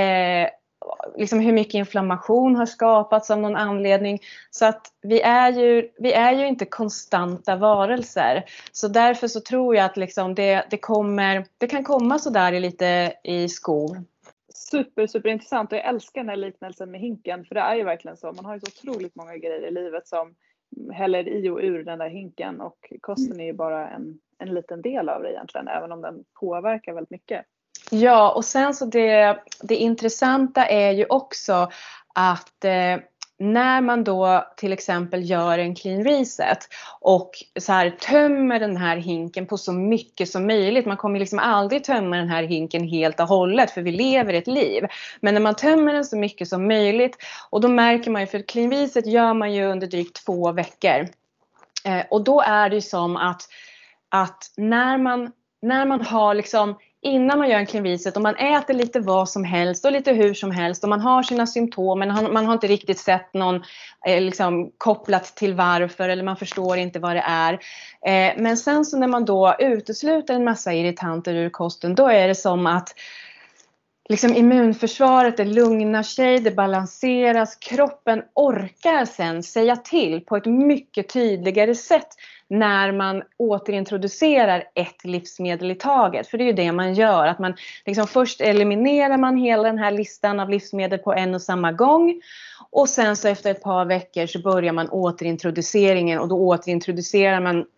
Liksom hur mycket inflammation har skapats av någon anledning. Så att vi är ju inte konstanta varelser. Så därför så tror jag att liksom det kan komma så där lite i skov. Super intressant, och jag älskar den här liknelsen med hinken. För det är ju verkligen så. Man har ju så otroligt många grejer i livet som häller i och ur den där hinken. Och kosten är ju bara en liten del av det egentligen. Även om den påverkar väldigt mycket. Ja, och sen så det intressanta är ju också att när man då till exempel gör en clean reset och så här tömmer den här hinken på så mycket som möjligt. Man kommer liksom aldrig tömma den här hinken helt och hållet, för vi lever ett liv. Men när man tömmer den så mycket som möjligt, och då märker man ju, för clean reset gör man ju under drygt 2 veckor. Och då är det ju som att när man har liksom, innan man gör en clean reset, och man äter lite vad som helst och lite hur som helst och man har sina symptom, men man har inte riktigt sett någon liksom kopplat till varför, eller man förstår inte vad det är. Men sen så när man då utesluter en massa irritanter ur kosten, då är det som att liksom immunförsvaret, det lugnar sig, det balanseras, kroppen orkar sen säga till på ett mycket tydligare sätt när man återintroducerar ett livsmedel i taget. För det är ju det man gör, att man liksom först eliminerar man hela den här listan av livsmedel på en och samma gång. Och sen så efter ett par veckor så börjar man återintroduceringen, och då återintroducerar man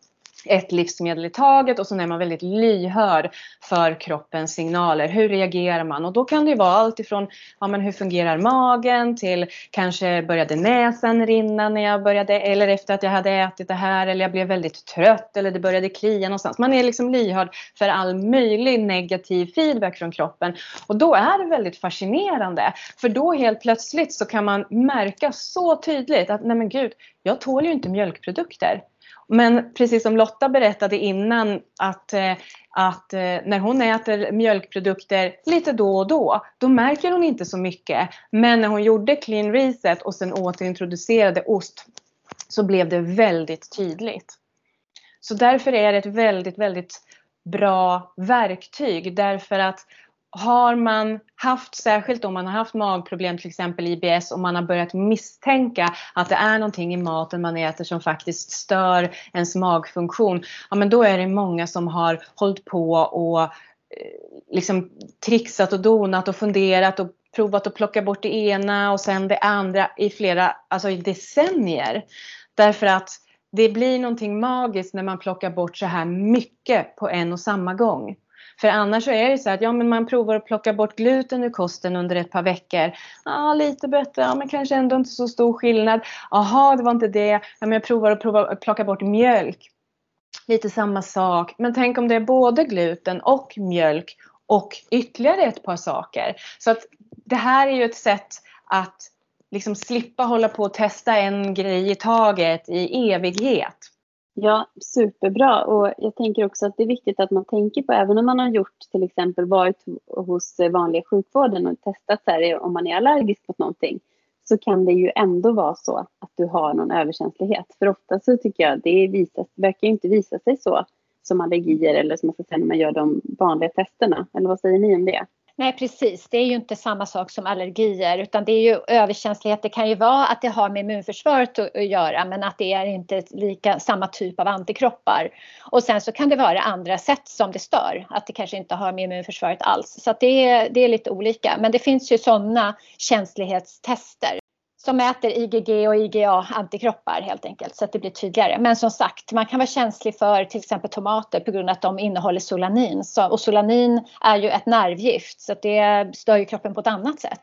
ett livsmedel i taget och så är man väldigt lyhörd för kroppens signaler. Hur reagerar man? Och då kan det ju vara allt ifrån hur fungerar magen till kanske började näsan rinna när jag började eller efter att jag hade ätit det här eller jag blev väldigt trött eller det började klia någonstans. Man är liksom lyhörd för all möjlig negativ feedback från kroppen och då är det väldigt fascinerande för då helt plötsligt så kan man märka så tydligt att nej men gud, jag tål ju inte mjölkprodukter. Men precis som Lotta berättade innan att när hon äter mjölkprodukter lite då och då märker hon inte så mycket. Men när hon gjorde clean reset och sen återintroducerade ost så blev det väldigt tydligt. Så därför är det ett väldigt, väldigt bra verktyg. Därför att har man haft, särskilt om man har haft magproblem, till exempel IBS, och man har börjat misstänka att det är någonting i maten man äter som faktiskt stör ens magfunktion. Ja, men då är det många som har hållit på och liksom trixat och donat och funderat och provat att plocka bort det ena och sen det andra i i decennier. Därför att det blir någonting magiskt när man plockar bort så här mycket på en och samma gång. För annars så är det så att men man provar att plocka bort gluten ur kosten under ett par veckor. Ja, lite bättre, men kanske ändå inte så stor skillnad. Jaha, det var inte det. Ja, men jag provar att plocka bort mjölk. Lite samma sak. Men tänk om det är både gluten och mjölk och ytterligare ett par saker. Så att det här är ju ett sätt att liksom slippa hålla på och testa en grej i taget i evighet. Ja, superbra. Och jag tänker också att det är viktigt att man tänker på, även om man har gjort till exempel varit hos vanliga sjukvården och testat så här, om man är allergisk mot någonting, så kan det ju ändå vara så att du har någon överkänslighet. För ofta så tycker jag det verkar inte visa sig så som allergier eller som man ska säga när man gör de vanliga testerna. Eller vad säger ni om det? Nej, precis. Det är ju inte samma sak som allergier, utan det är ju överkänslighet. Det kan ju vara att det har med immunförsvaret att göra, men att det är inte samma typ av antikroppar. Och sen så kan det vara andra sätt som det stör, att det kanske inte har med immunförsvaret alls. Så att det är lite olika. Men det finns ju sådana känslighetstester som mäter IgG och IgA-antikroppar helt enkelt, så att det blir tydligare. Men som sagt, man kan vara känslig för till exempel tomater på grund av att de innehåller solanin. Och solanin är ju ett nervgift, så att det stör ju kroppen på ett annat sätt.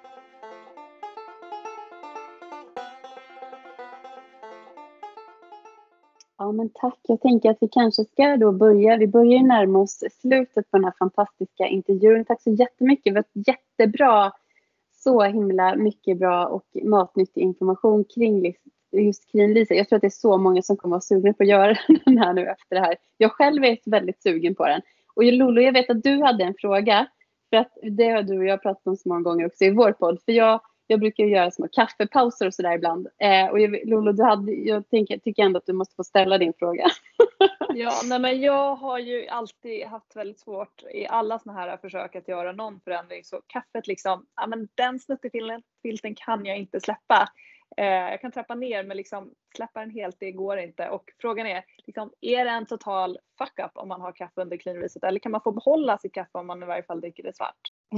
Ja, men tack. Jag tänker att vi kanske ska då vi börjar närma oss slutet på den här fantastiska intervjun. Tack så jättemycket. Det var jättebra. Så himla mycket bra och matnyttig information kring just clean reset. Jag tror att det är så många som kommer att vara sugna på att göra den här nu efter det här. Jag själv är väldigt sugen på den. Och Lolo, jag vet att du hade en fråga. För att det har du och jag pratat om så många gånger också i vår podd. För jag brukar göra små kaffepauser och sådär ibland. Och Lolo, jag tycker ändå att du måste få ställa din fråga. Ja, men jag har ju alltid haft väldigt svårt i alla såna här försök att göra någon förändring. Så kaffet liksom, men den snuttefilten kan jag inte släppa. Jag kan trappa ner, men liksom släppa den helt, det går inte. Och frågan är, liksom, är det en total fuck up om man har kaffe under clean reset? Eller kan man få behålla sitt kaffe om man i varje fall dricker det svart?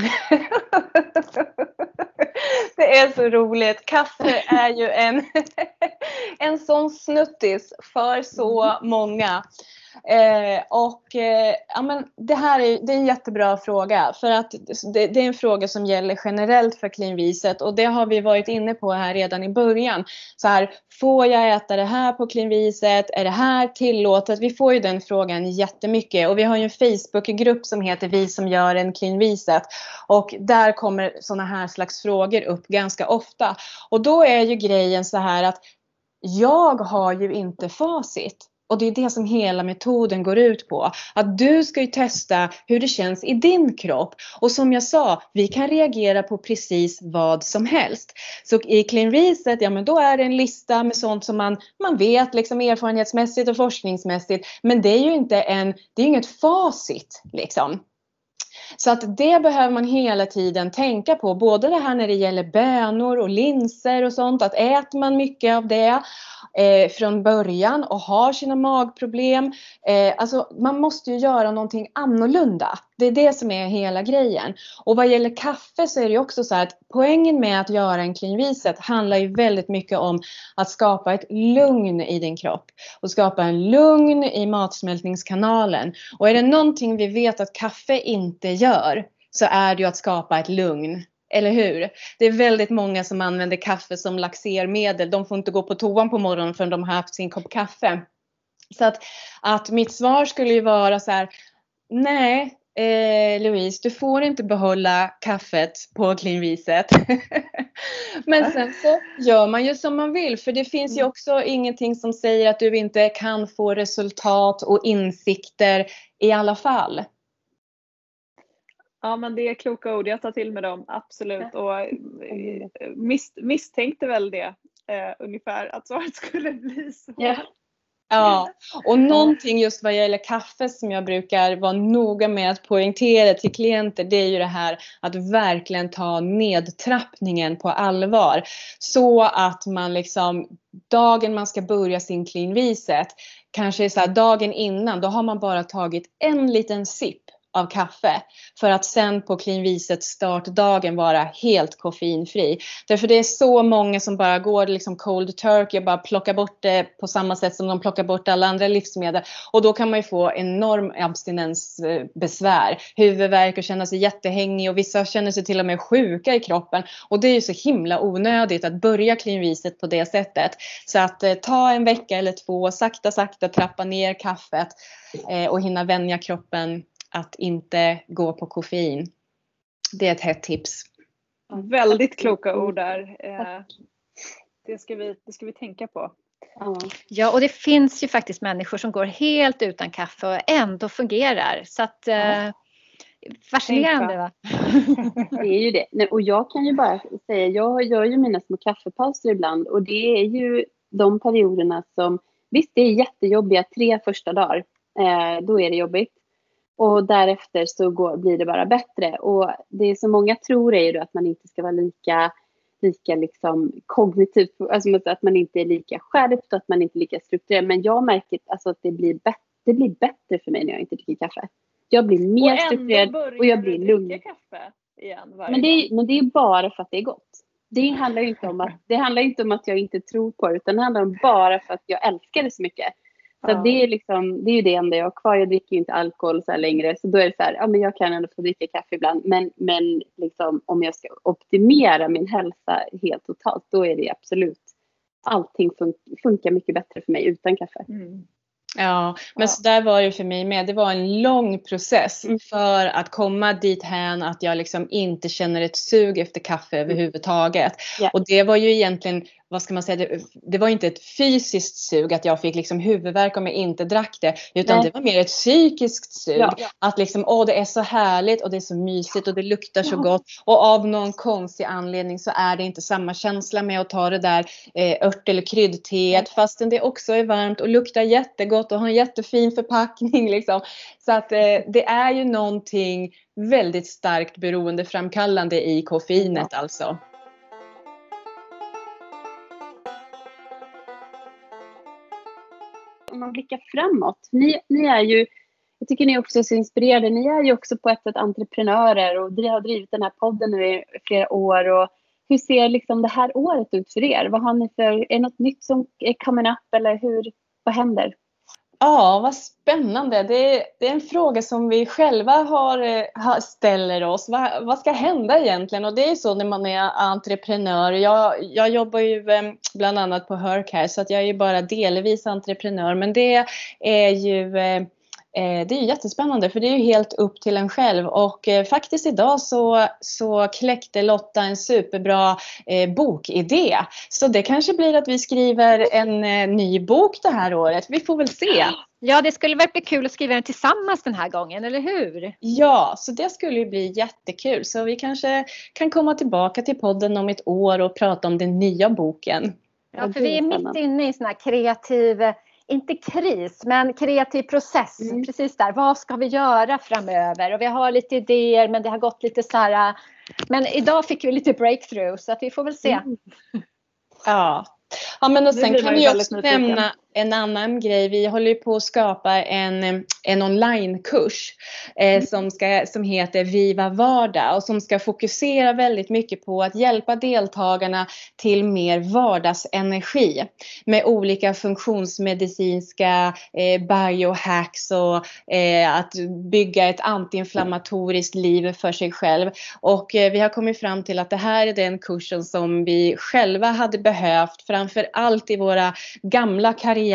Det är så roligt. Kaffe är ju en sån snuttis för så många. Men det här är en jättebra fråga, för att det är en fråga som gäller generellt för clean reset, och det har vi varit inne på här redan i början. Så här, får jag äta det här på clean reset? Är det här tillåtet? Vi får ju den frågan jättemycket, och vi har ju en Facebookgrupp som heter Vi som gör en clean reset, och där kommer såna här slags frågor upp ganska ofta. Och då är ju grejen så här att jag har ju inte facit. Och det är det som hela metoden går ut på. Att du ska ju testa hur det känns i din kropp. Och som jag sa, vi kan reagera på precis vad som helst. Så i clean reset, men då är det en lista med sånt som man vet liksom erfarenhetsmässigt och forskningsmässigt. Men det är ju inget facit liksom. Så att det behöver man hela tiden tänka på. Både det här när det gäller bönor och linser och sånt. Att äter man mycket av det från början och har sina magproblem. Alltså man måste ju göra någonting annorlunda. Det är det som är hela grejen. Och vad gäller kaffe så är det också så här att poängen med att göra en clean reset handlar ju väldigt mycket om att skapa ett lugn i din kropp. Och skapa en lugn i matsmältningskanalen. Och är det någonting vi vet att kaffe inte gör så är det ju att skapa ett lugn. Eller hur? Det är väldigt många som använder kaffe som laxermedel. De får inte gå på toan på morgonen förrän de har haft sin kopp kaffe. Så att mitt svar skulle ju vara så här: nej, Louise, du får inte behålla kaffet på clean reset. Men sen så gör man ju som man vill. För det finns ju också ingenting som säger att du inte kan få resultat och insikter i alla fall. Ja, men det är kloka ord. Jag tar till med dem, absolut. Och misstänkte väl det ungefär, att svaret skulle bli så. Ja, och någonting just vad gäller kaffe som jag brukar vara noga med att poängtera till klienter, det är ju det här att verkligen ta nedtrappningen på allvar. Så att man liksom, dagen man ska börja sin clean reset, kanske så här dagen innan, då har man bara tagit en liten sipp av kaffe för att sen på clean reset startdagen vara helt koffeinfri. Därför det är så många som bara går liksom cold turkey och bara plockar bort det på samma sätt som de plockar bort alla andra livsmedel. Och då kan man ju få enorm abstinensbesvär, huvudvärk och känna sig jättehängig, och vissa känner sig till och med sjuka i kroppen. Och det är ju så himla onödigt att börja clean reset på det sättet. Så att ta en vecka eller två, sakta trappa ner kaffet och hinna vänja kroppen att inte gå på koffein. Det är ett hett tips. Väldigt kloka ord där. Det ska vi tänka på. Ja, och det finns ju faktiskt människor som går helt utan kaffe och ändå fungerar. Så att fascinerande, va? Det är ju det. Nej, och jag kan ju bara säga, jag gör ju mina små kaffepauser ibland, och det är ju de perioderna som, visst det är jättejobbiga 3 första dagar. Då är det jobbigt. Och därefter så blir det bara bättre. Och det som många tror är ju då att man inte ska vara lika liksom kognitivt, alltså att man inte är lika skärpt och att man inte är lika strukturerad. Men jag märker alltså att det blir bättre för mig när jag inte dricker kaffe. Jag blir mer strukturerad och jag blir lugn. Kaffe igen men det är bara för att det är gott. Det handlar inte om att jag inte tror på det, utan det handlar om bara för att jag älskar det så mycket. Så det är liksom, det är ju det enda jag har kvar. Jag dricker ju inte alkohol så här längre. Så då är det så här, ja men jag kan ändå få dricka kaffe ibland. Men liksom, om jag ska optimera min hälsa helt totalt, då är det absolut, allting funkar mycket bättre för mig utan kaffe. Ja, men så där var det för mig med. Det var en lång process för att komma dit hän att jag liksom inte känner ett sug efter kaffe överhuvudtaget. Och det var ju egentligen, vad ska man säga, det var inte ett fysiskt sug att jag fick liksom huvudvärk om jag inte drack det, utan det var mer ett psykiskt sug. Att liksom, det är så härligt och det är så mysigt och det luktar så gott, och av någon konstig anledning så är det inte samma känsla med att ta det där ört- eller kryddteet, fastän det också är varmt och luktar jättegott och har en jättefin förpackning liksom. Så att det är ju någonting väldigt starkt beroendeframkallande i koffeinet alltså. Om man blickar framåt, ni är ju, jag tycker ni också är så inspirerade, ni är ju också på ett sätt entreprenörer, och ni har drivit den här podden nu i flera år. Och hur ser liksom det här året ut för er? Vad har ni för, är det något nytt som är coming up, eller vad händer? Ja, vad spännande. Det är en fråga som vi själva ställer oss. Vad ska hända egentligen? Och det är så när man är entreprenör. Jag jobbar ju bland annat på Hercare, så att jag är ju bara delvis entreprenör. Men det är ju jättespännande, för det är ju helt upp till en själv. Och faktiskt idag så kläckte Lotta en superbra bokidé. Så det kanske blir att vi skriver en ny bok det här året. Vi får väl se. Ja, det skulle väl bli kul att skriva den tillsammans den här gången, eller hur? Ja, så det skulle ju bli jättekul. Så vi kanske kan komma tillbaka till podden om ett år och prata om den nya boken. Ja, för vi är mitt inne i en sån här kreativ inte kris, men kreativ process. Precis där, vad ska vi göra framöver? Och vi har lite idéer, men det har gått lite så här. Men idag fick vi lite breakthrough, så att vi får väl se. Ja, men och sen kan vi också nyfiken. nämna en annan grej. Vi håller ju på att skapa en onlinekurs som heter Viva Vardag och som ska fokusera väldigt mycket på att hjälpa deltagarna till mer vardagsenergi med olika funktionsmedicinska biohacks och att bygga ett antiinflammatoriskt liv för sig själv. Och vi har kommit fram till att det här är den kursen som vi själva hade behövt, framför allt i våra gamla karriärer,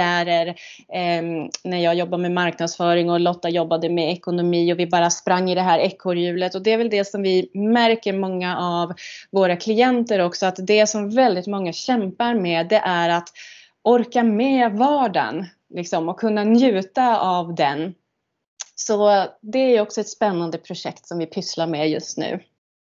när jag jobbade med marknadsföring och Lotta jobbade med ekonomi och vi bara sprang i det här ekorrhjulet. Och det är väl det som vi märker många av våra klienter också, att det som väldigt många kämpar med, det är att orka med vardagen liksom, och kunna njuta av den. Så det är också ett spännande projekt som vi pysslar med just nu.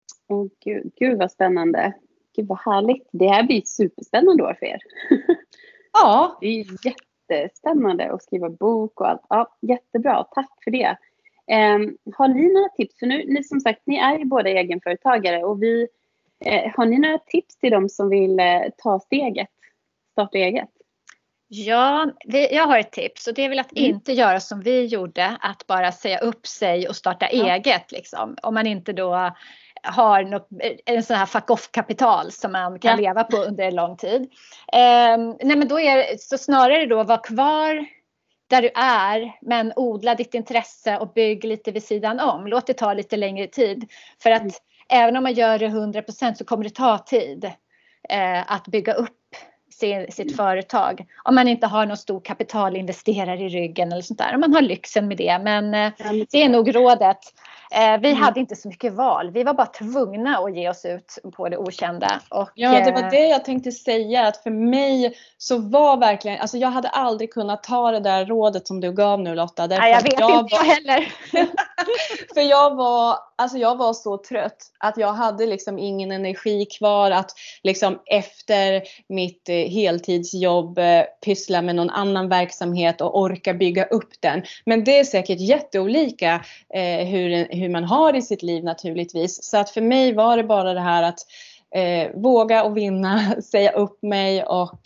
Gud vad spännande. Gud vad härligt. Det här blir ett superspännande år för er. Ja. Det är jättespännande att skriva bok och allt. Ja, jättebra. Tack för det. Har ni några tips? För nu, ni som sagt, ni är ju båda egenföretagare. Och har ni några tips till dem som vill ta steget? Starta eget? Ja, jag har ett tips. Och det är väl att inte göra som vi gjorde. Att bara säga upp sig och starta eget. Liksom. Om man inte då har en sån här fuck-off-kapital som man kan leva på under en lång tid. Nej, men då så snarare då vara kvar där du är, men odla ditt intresse och bygg lite vid sidan om. Låt det ta lite längre tid. För att även om man gör det 100% så kommer det ta tid att bygga upp sitt företag. Om man inte har någon stor kapitalinvesterare i ryggen eller sånt där. Om man har lyxen med det. Men det är nog rådet. Vi hade inte så mycket val. Vi var bara tvungna att ge oss ut på det okända. Och, ja, det var det jag tänkte säga. Att för mig så var verkligen... Alltså jag hade aldrig kunnat ta det där rådet som du gav nu, Lotta. Nej, jag vet inte jag heller. För jag var så trött. Att jag hade liksom ingen energi kvar. Att liksom efter mitt heltidsjobb pyssla med någon annan verksamhet och orka bygga upp den. Men det är säkert jätteolika hur man har i sitt liv naturligtvis. Så att för mig var det bara det här att våga och vinna, säga upp mig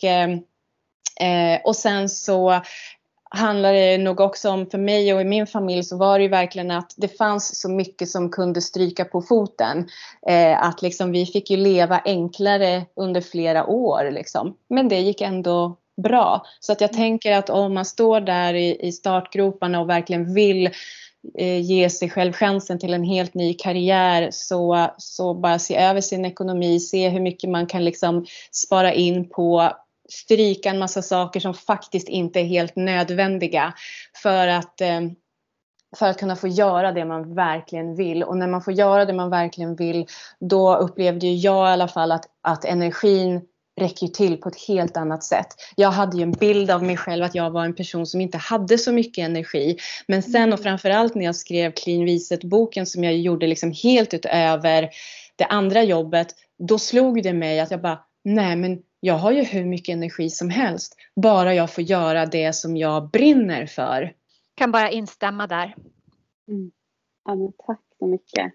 och sen så handlar det nog också om, för mig och i min familj så var det ju verkligen att det fanns så mycket som kunde stryka på foten. Att liksom vi fick ju leva enklare under flera år liksom. Men det gick ändå bra. Så att jag tänker att om man står där i startgroparna och verkligen vill ge sig själv chansen till en helt ny karriär, så bara se över sin ekonomi, se hur mycket man kan liksom spara in på, stryka en massa saker som faktiskt inte är helt nödvändiga för att kunna få göra det man verkligen vill. Och när man får göra det man verkligen vill, då upplevde jag i alla fall att energin räcker till på ett helt annat sätt. Jag hade ju en bild av mig själv att jag var en person som inte hade så mycket energi. Men sen och framförallt när jag skrev Clean Reset-boken som jag gjorde liksom helt utöver det andra jobbet, då slog det mig att jag bara, nej men jag har ju hur mycket energi som helst. Bara jag får göra det som jag brinner för. Kan bara instämma där. Ja, men tack så mycket.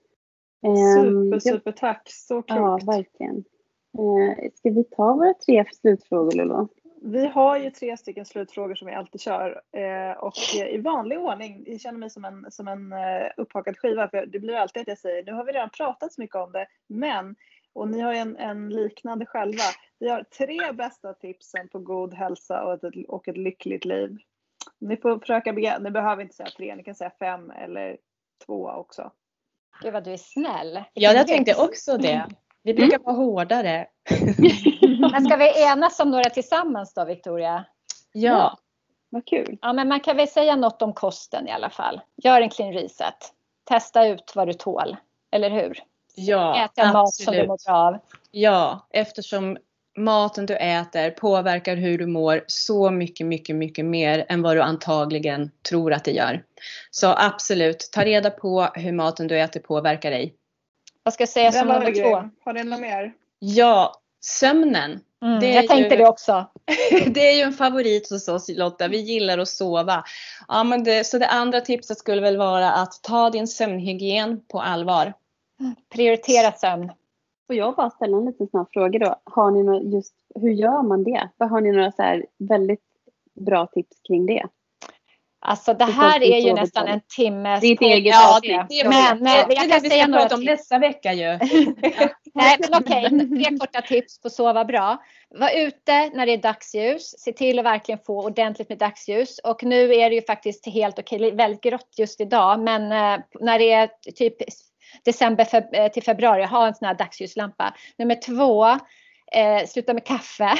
Super tack. Så klokt. Ja, verkligen. Ska vi ta våra 3 slutfrågor, Lolo? Vi har ju 3 stycken slutfrågor som vi alltid kör. Och i vanlig ordning, jag känner mig som en upphakad skiva. För det blir alltid att jag säger, nu har vi redan pratat så mycket om det. Men, och ni har ju en liknande själva. Vi har 3 bästa tipsen på god hälsa och ett lyckligt liv. Ni får försöka ni behöver inte säga 3, ni kan säga 5 eller 2 också. Gud vad du är snäll. Ja, jag tänkte också det. Vi brukar vara hårdare. Men ska vi enas om några tillsammans då, Victoria? Ja. Vad kul. Ja, men man kan väl säga något om kosten i alla fall. Gör en clean reset. Testa ut vad du tål. Eller hur? Ja, äta mat som du mår bra av. Ja, eftersom maten du äter påverkar hur du mår så mycket, mycket, mycket mer än vad du antagligen tror att det gör. Så absolut, ta reda på hur maten du äter påverkar dig. Vad ska jag säga som nummer 2? Har ni något mer? Ja, Sömnen. Jag tänkte det också. Det är ju en favorit hos oss, Lotta. Vi gillar att sova. Ja, men så det andra tipset skulle väl vara att ta din sömnhygien på allvar. Prioritera sömn. Får jag bara ställa en liten snabb fråga då? Har ni hur gör man det? Har ni några så här väldigt bra tips kring det? Alltså det här är ju nästan en timmes Ditt eget men jag kan säga några tips om nästa vecka ju. Nej, men okej. 3 korta tips på att sova bra. Var ute när det är dagsljus. Se till att verkligen få ordentligt med dagsljus. Och nu är det ju faktiskt helt okej, väldigt grått just idag. Men när det är typ december till februari, ha en sån här dagsljuslampa. Nummer 2, sluta med kaffe.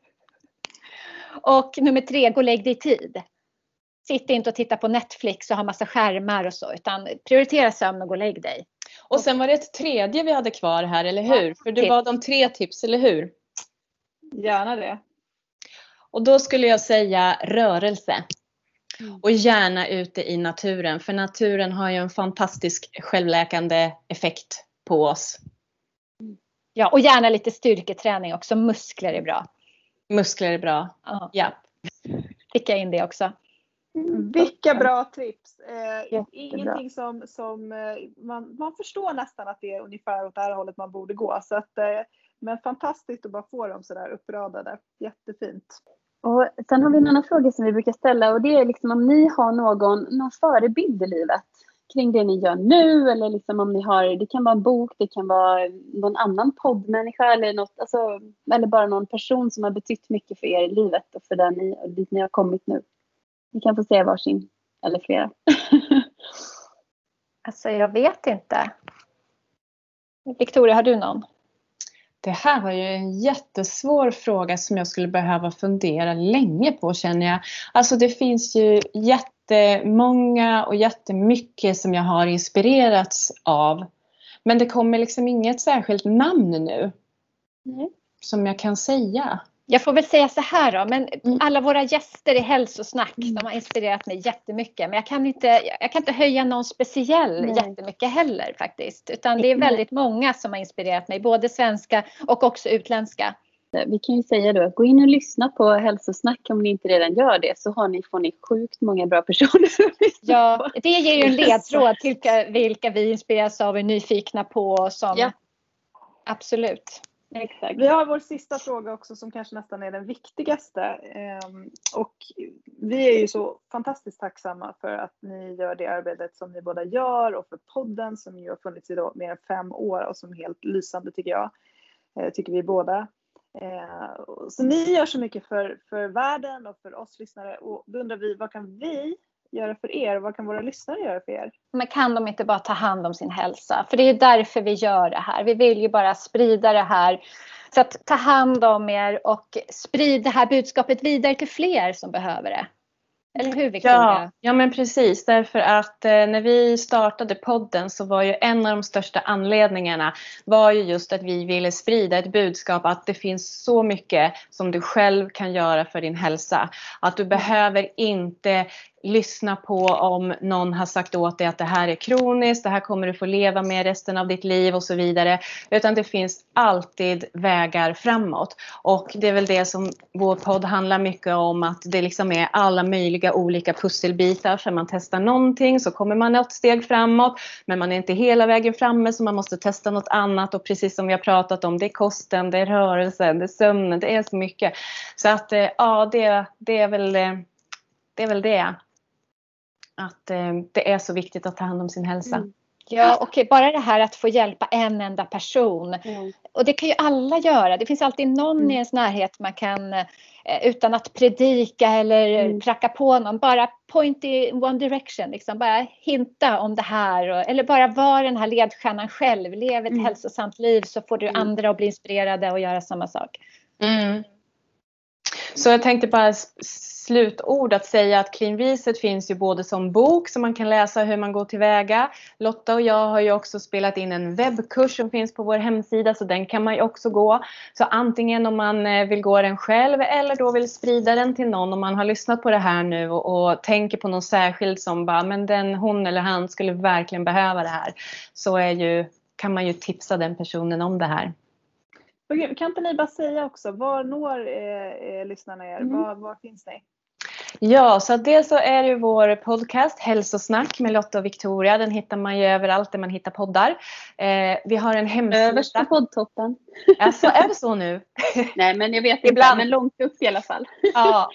Och nummer 3, gå och lägg dig i tid. Sitt inte och titta på Netflix och ha massa skärmar och så. Utan prioritera sömn och gå och lägg dig. Och sen var det ett tredje vi hade kvar här, eller hur? Ja, för du bad om 3 tips, eller hur? Gärna det. Och då skulle jag säga rörelse. Och gärna ute i naturen. För naturen har ju en fantastisk självläkande effekt på oss. Ja, och gärna lite styrketräning också. Muskler är bra. Muskler är bra. Ja. Skicka in det också. Vilka bra tips. Jättebra. Ingenting som man förstår nästan att det är ungefär åt det här hållet man borde gå. Så att, men fantastiskt att bara få dem så där uppradade. Jättefint. Och sen har vi en annan fråga som vi brukar ställa, och det är liksom om ni har någon förebild i livet kring det ni gör nu, eller liksom om ni har, det kan vara en bok, det kan vara någon annan poddmänniska eller något, alltså, eller bara någon person som har betytt mycket för er i livet och för dit ni har kommit nu. Ni kan få säga varsin eller flera. Alltså jag vet inte. Victoria, har du någon? Det här var ju en jättesvår fråga som jag skulle behöva fundera länge på, känner jag. Alltså det finns ju jättemånga och jättemycket som jag har inspirerats av. Men det kommer liksom inget särskilt namn nu. Som jag kan säga. Jag får väl säga så här då, men alla våra gäster i Hälsosnack, de har inspirerat mig jättemycket. Men jag kan inte höja någon speciell jättemycket heller faktiskt. Utan det är väldigt många som har inspirerat mig, både svenska och också utländska. Vi kan ju säga då, gå in och lyssna på Hälsosnack om ni inte redan gör det, så får ni sjukt många bra personer. Ja, det ger ju en ledtråd till vilka vi inspireras av och är nyfikna på. Absolut. Exakt. Vi har vår sista fråga också som kanske nästan är den viktigaste. Och vi är ju så fantastiskt tacksamma för att ni gör det arbetet som ni båda gör, och för podden som ju har funnits i mer än 5 år och som är helt lysande tycker jag. Tycker vi båda. Så ni gör så mycket för världen och för oss lyssnare, och då undrar vi, vad kan vi göra för er? Vad kan våra lyssnare göra för er? Men kan de inte bara ta hand om sin hälsa? För det är därför vi gör det här. Vi vill ju bara sprida det här. Så att ta hand om er och sprid det här budskapet vidare till fler som behöver det. Eller hur, Victoria? Ja, men precis. Därför att när vi startade podden så var ju en av de största anledningarna var ju just att vi ville sprida ett budskap att det finns så mycket som du själv kan göra för din hälsa. Att du behöver inte lyssna på om någon har sagt åt dig att det här är kroniskt, det här kommer du få leva med resten av ditt liv och så vidare. Utan det finns alltid vägar framåt. Och det är väl det som vår podd handlar mycket om, att det liksom är alla möjliga olika pusselbitar. Så man testar någonting så kommer man ett steg framåt, men man är inte hela vägen framme, så man måste testa något annat. Och precis som vi har pratat om, det är kosten, det är rörelsen, det är sömnen, det är så mycket. Så att ja, det är väl det. Att det är så viktigt att ta hand om sin hälsa. Ja, och bara det här att få hjälpa en enda person. Och det kan ju alla göra. Det finns alltid någon i ens närhet man kan, utan att predika eller pracka på någon, bara point i one direction. Liksom. Bara hinta om det här. Eller bara vara den här ledstjärnan själv. Lev ett hälsosamt liv, så får du andra att bli inspirerade och göra samma sak. Så jag tänkte bara slutord att säga att Clean Reset finns ju både som bok som man kan läsa hur man går tillväga. Lotta och jag har ju också spelat in en webbkurs som finns på vår hemsida, så den kan man ju också gå. Så antingen om man vill gå den själv eller då vill sprida den till någon, om man har lyssnat på det här nu och tänker på någon särskild som bara, men hon eller han skulle verkligen behöva det här. Så kan man ju tipsa den personen om det här. Kan inte ni bara säga också, var når lyssnarna er? Var finns ni? Ja, så dels så är det vår podcast Hälsosnack med Lotta och Victoria. Den hittar man ju överallt där man hittar poddar. Vi har en hemsida. Överst på poddtoppen. Alltså, är det så nu? Nej, men jag vet Ibland. inte, men långt upp i alla fall. Ja.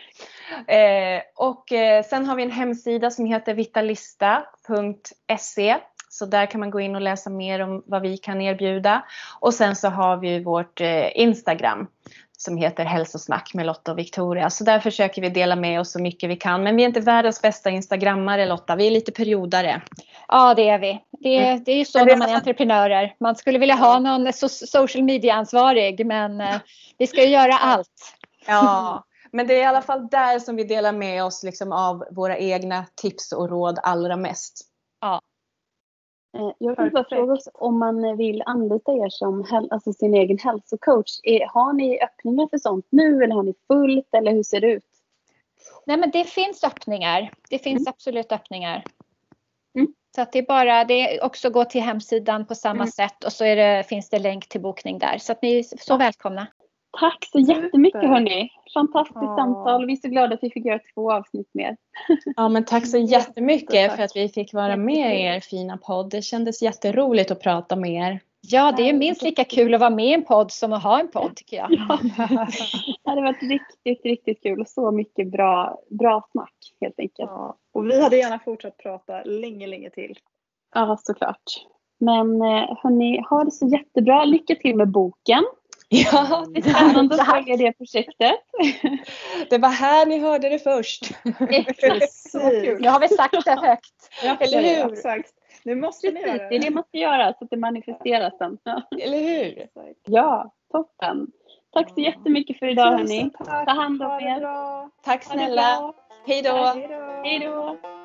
Sen har vi en hemsida som heter vitalista.se. Så där kan man gå in och läsa mer om vad vi kan erbjuda. Och sen så har vi vårt Instagram som heter Hälsosnack med Lotta och Victoria. Så där försöker vi dela med oss så mycket vi kan. Men vi är inte världens bästa instagrammare, Lotta. Vi är lite periodare. Ja, det är vi. Det är ju så när man är entreprenörer. Man skulle vilja ha någon social media-ansvarig, men vi ska ju göra allt. Ja, men det är i alla fall där som vi delar med oss liksom av våra egna tips och råd allra mest. Ja. Jag vill bara fråga oss om man vill anlita er som alltså sin egen hälsocoach. Har ni öppningar för sånt nu eller har ni fullt eller hur ser det ut? Nej, men det finns öppningar. Det finns absolut öppningar. Mm. Så att det är också gå till hemsidan på samma sätt och så finns det länk till bokning där. Så att ni är så välkomna. Tack så jättemycket hörni. Fantastiskt samtal. Vi är så glada att vi fick göra 2 avsnitt mer. Ja, men tack så jättemycket för att vi fick vara med i er fina podd. Det kändes jätteroligt att prata med er. Ja, det är minst lika kul att vara med i en podd som att ha en podd tycker jag. Ja. Det hade varit riktigt, riktigt kul och så mycket bra snack helt enkelt. Ja. Och vi hade gärna fortsatt prata länge till. Ja, såklart. Men hörni, ha det så jättebra. Lycka till med boken. Ja, Det är spännande att följa det projektet. Det var här ni hörde det först. Precis. Nu har vi sagt det högt. Eller hur? Exakt. Nu måste ni göra Det är det man ska göra så att det manifesteras sen. Ja. Eller hur? Ja, toppen. Tack så jättemycket för idag hörni. Tack. Ta hand om Ha det er. bra. Tack snälla. Hej då. Hej då. Hej då.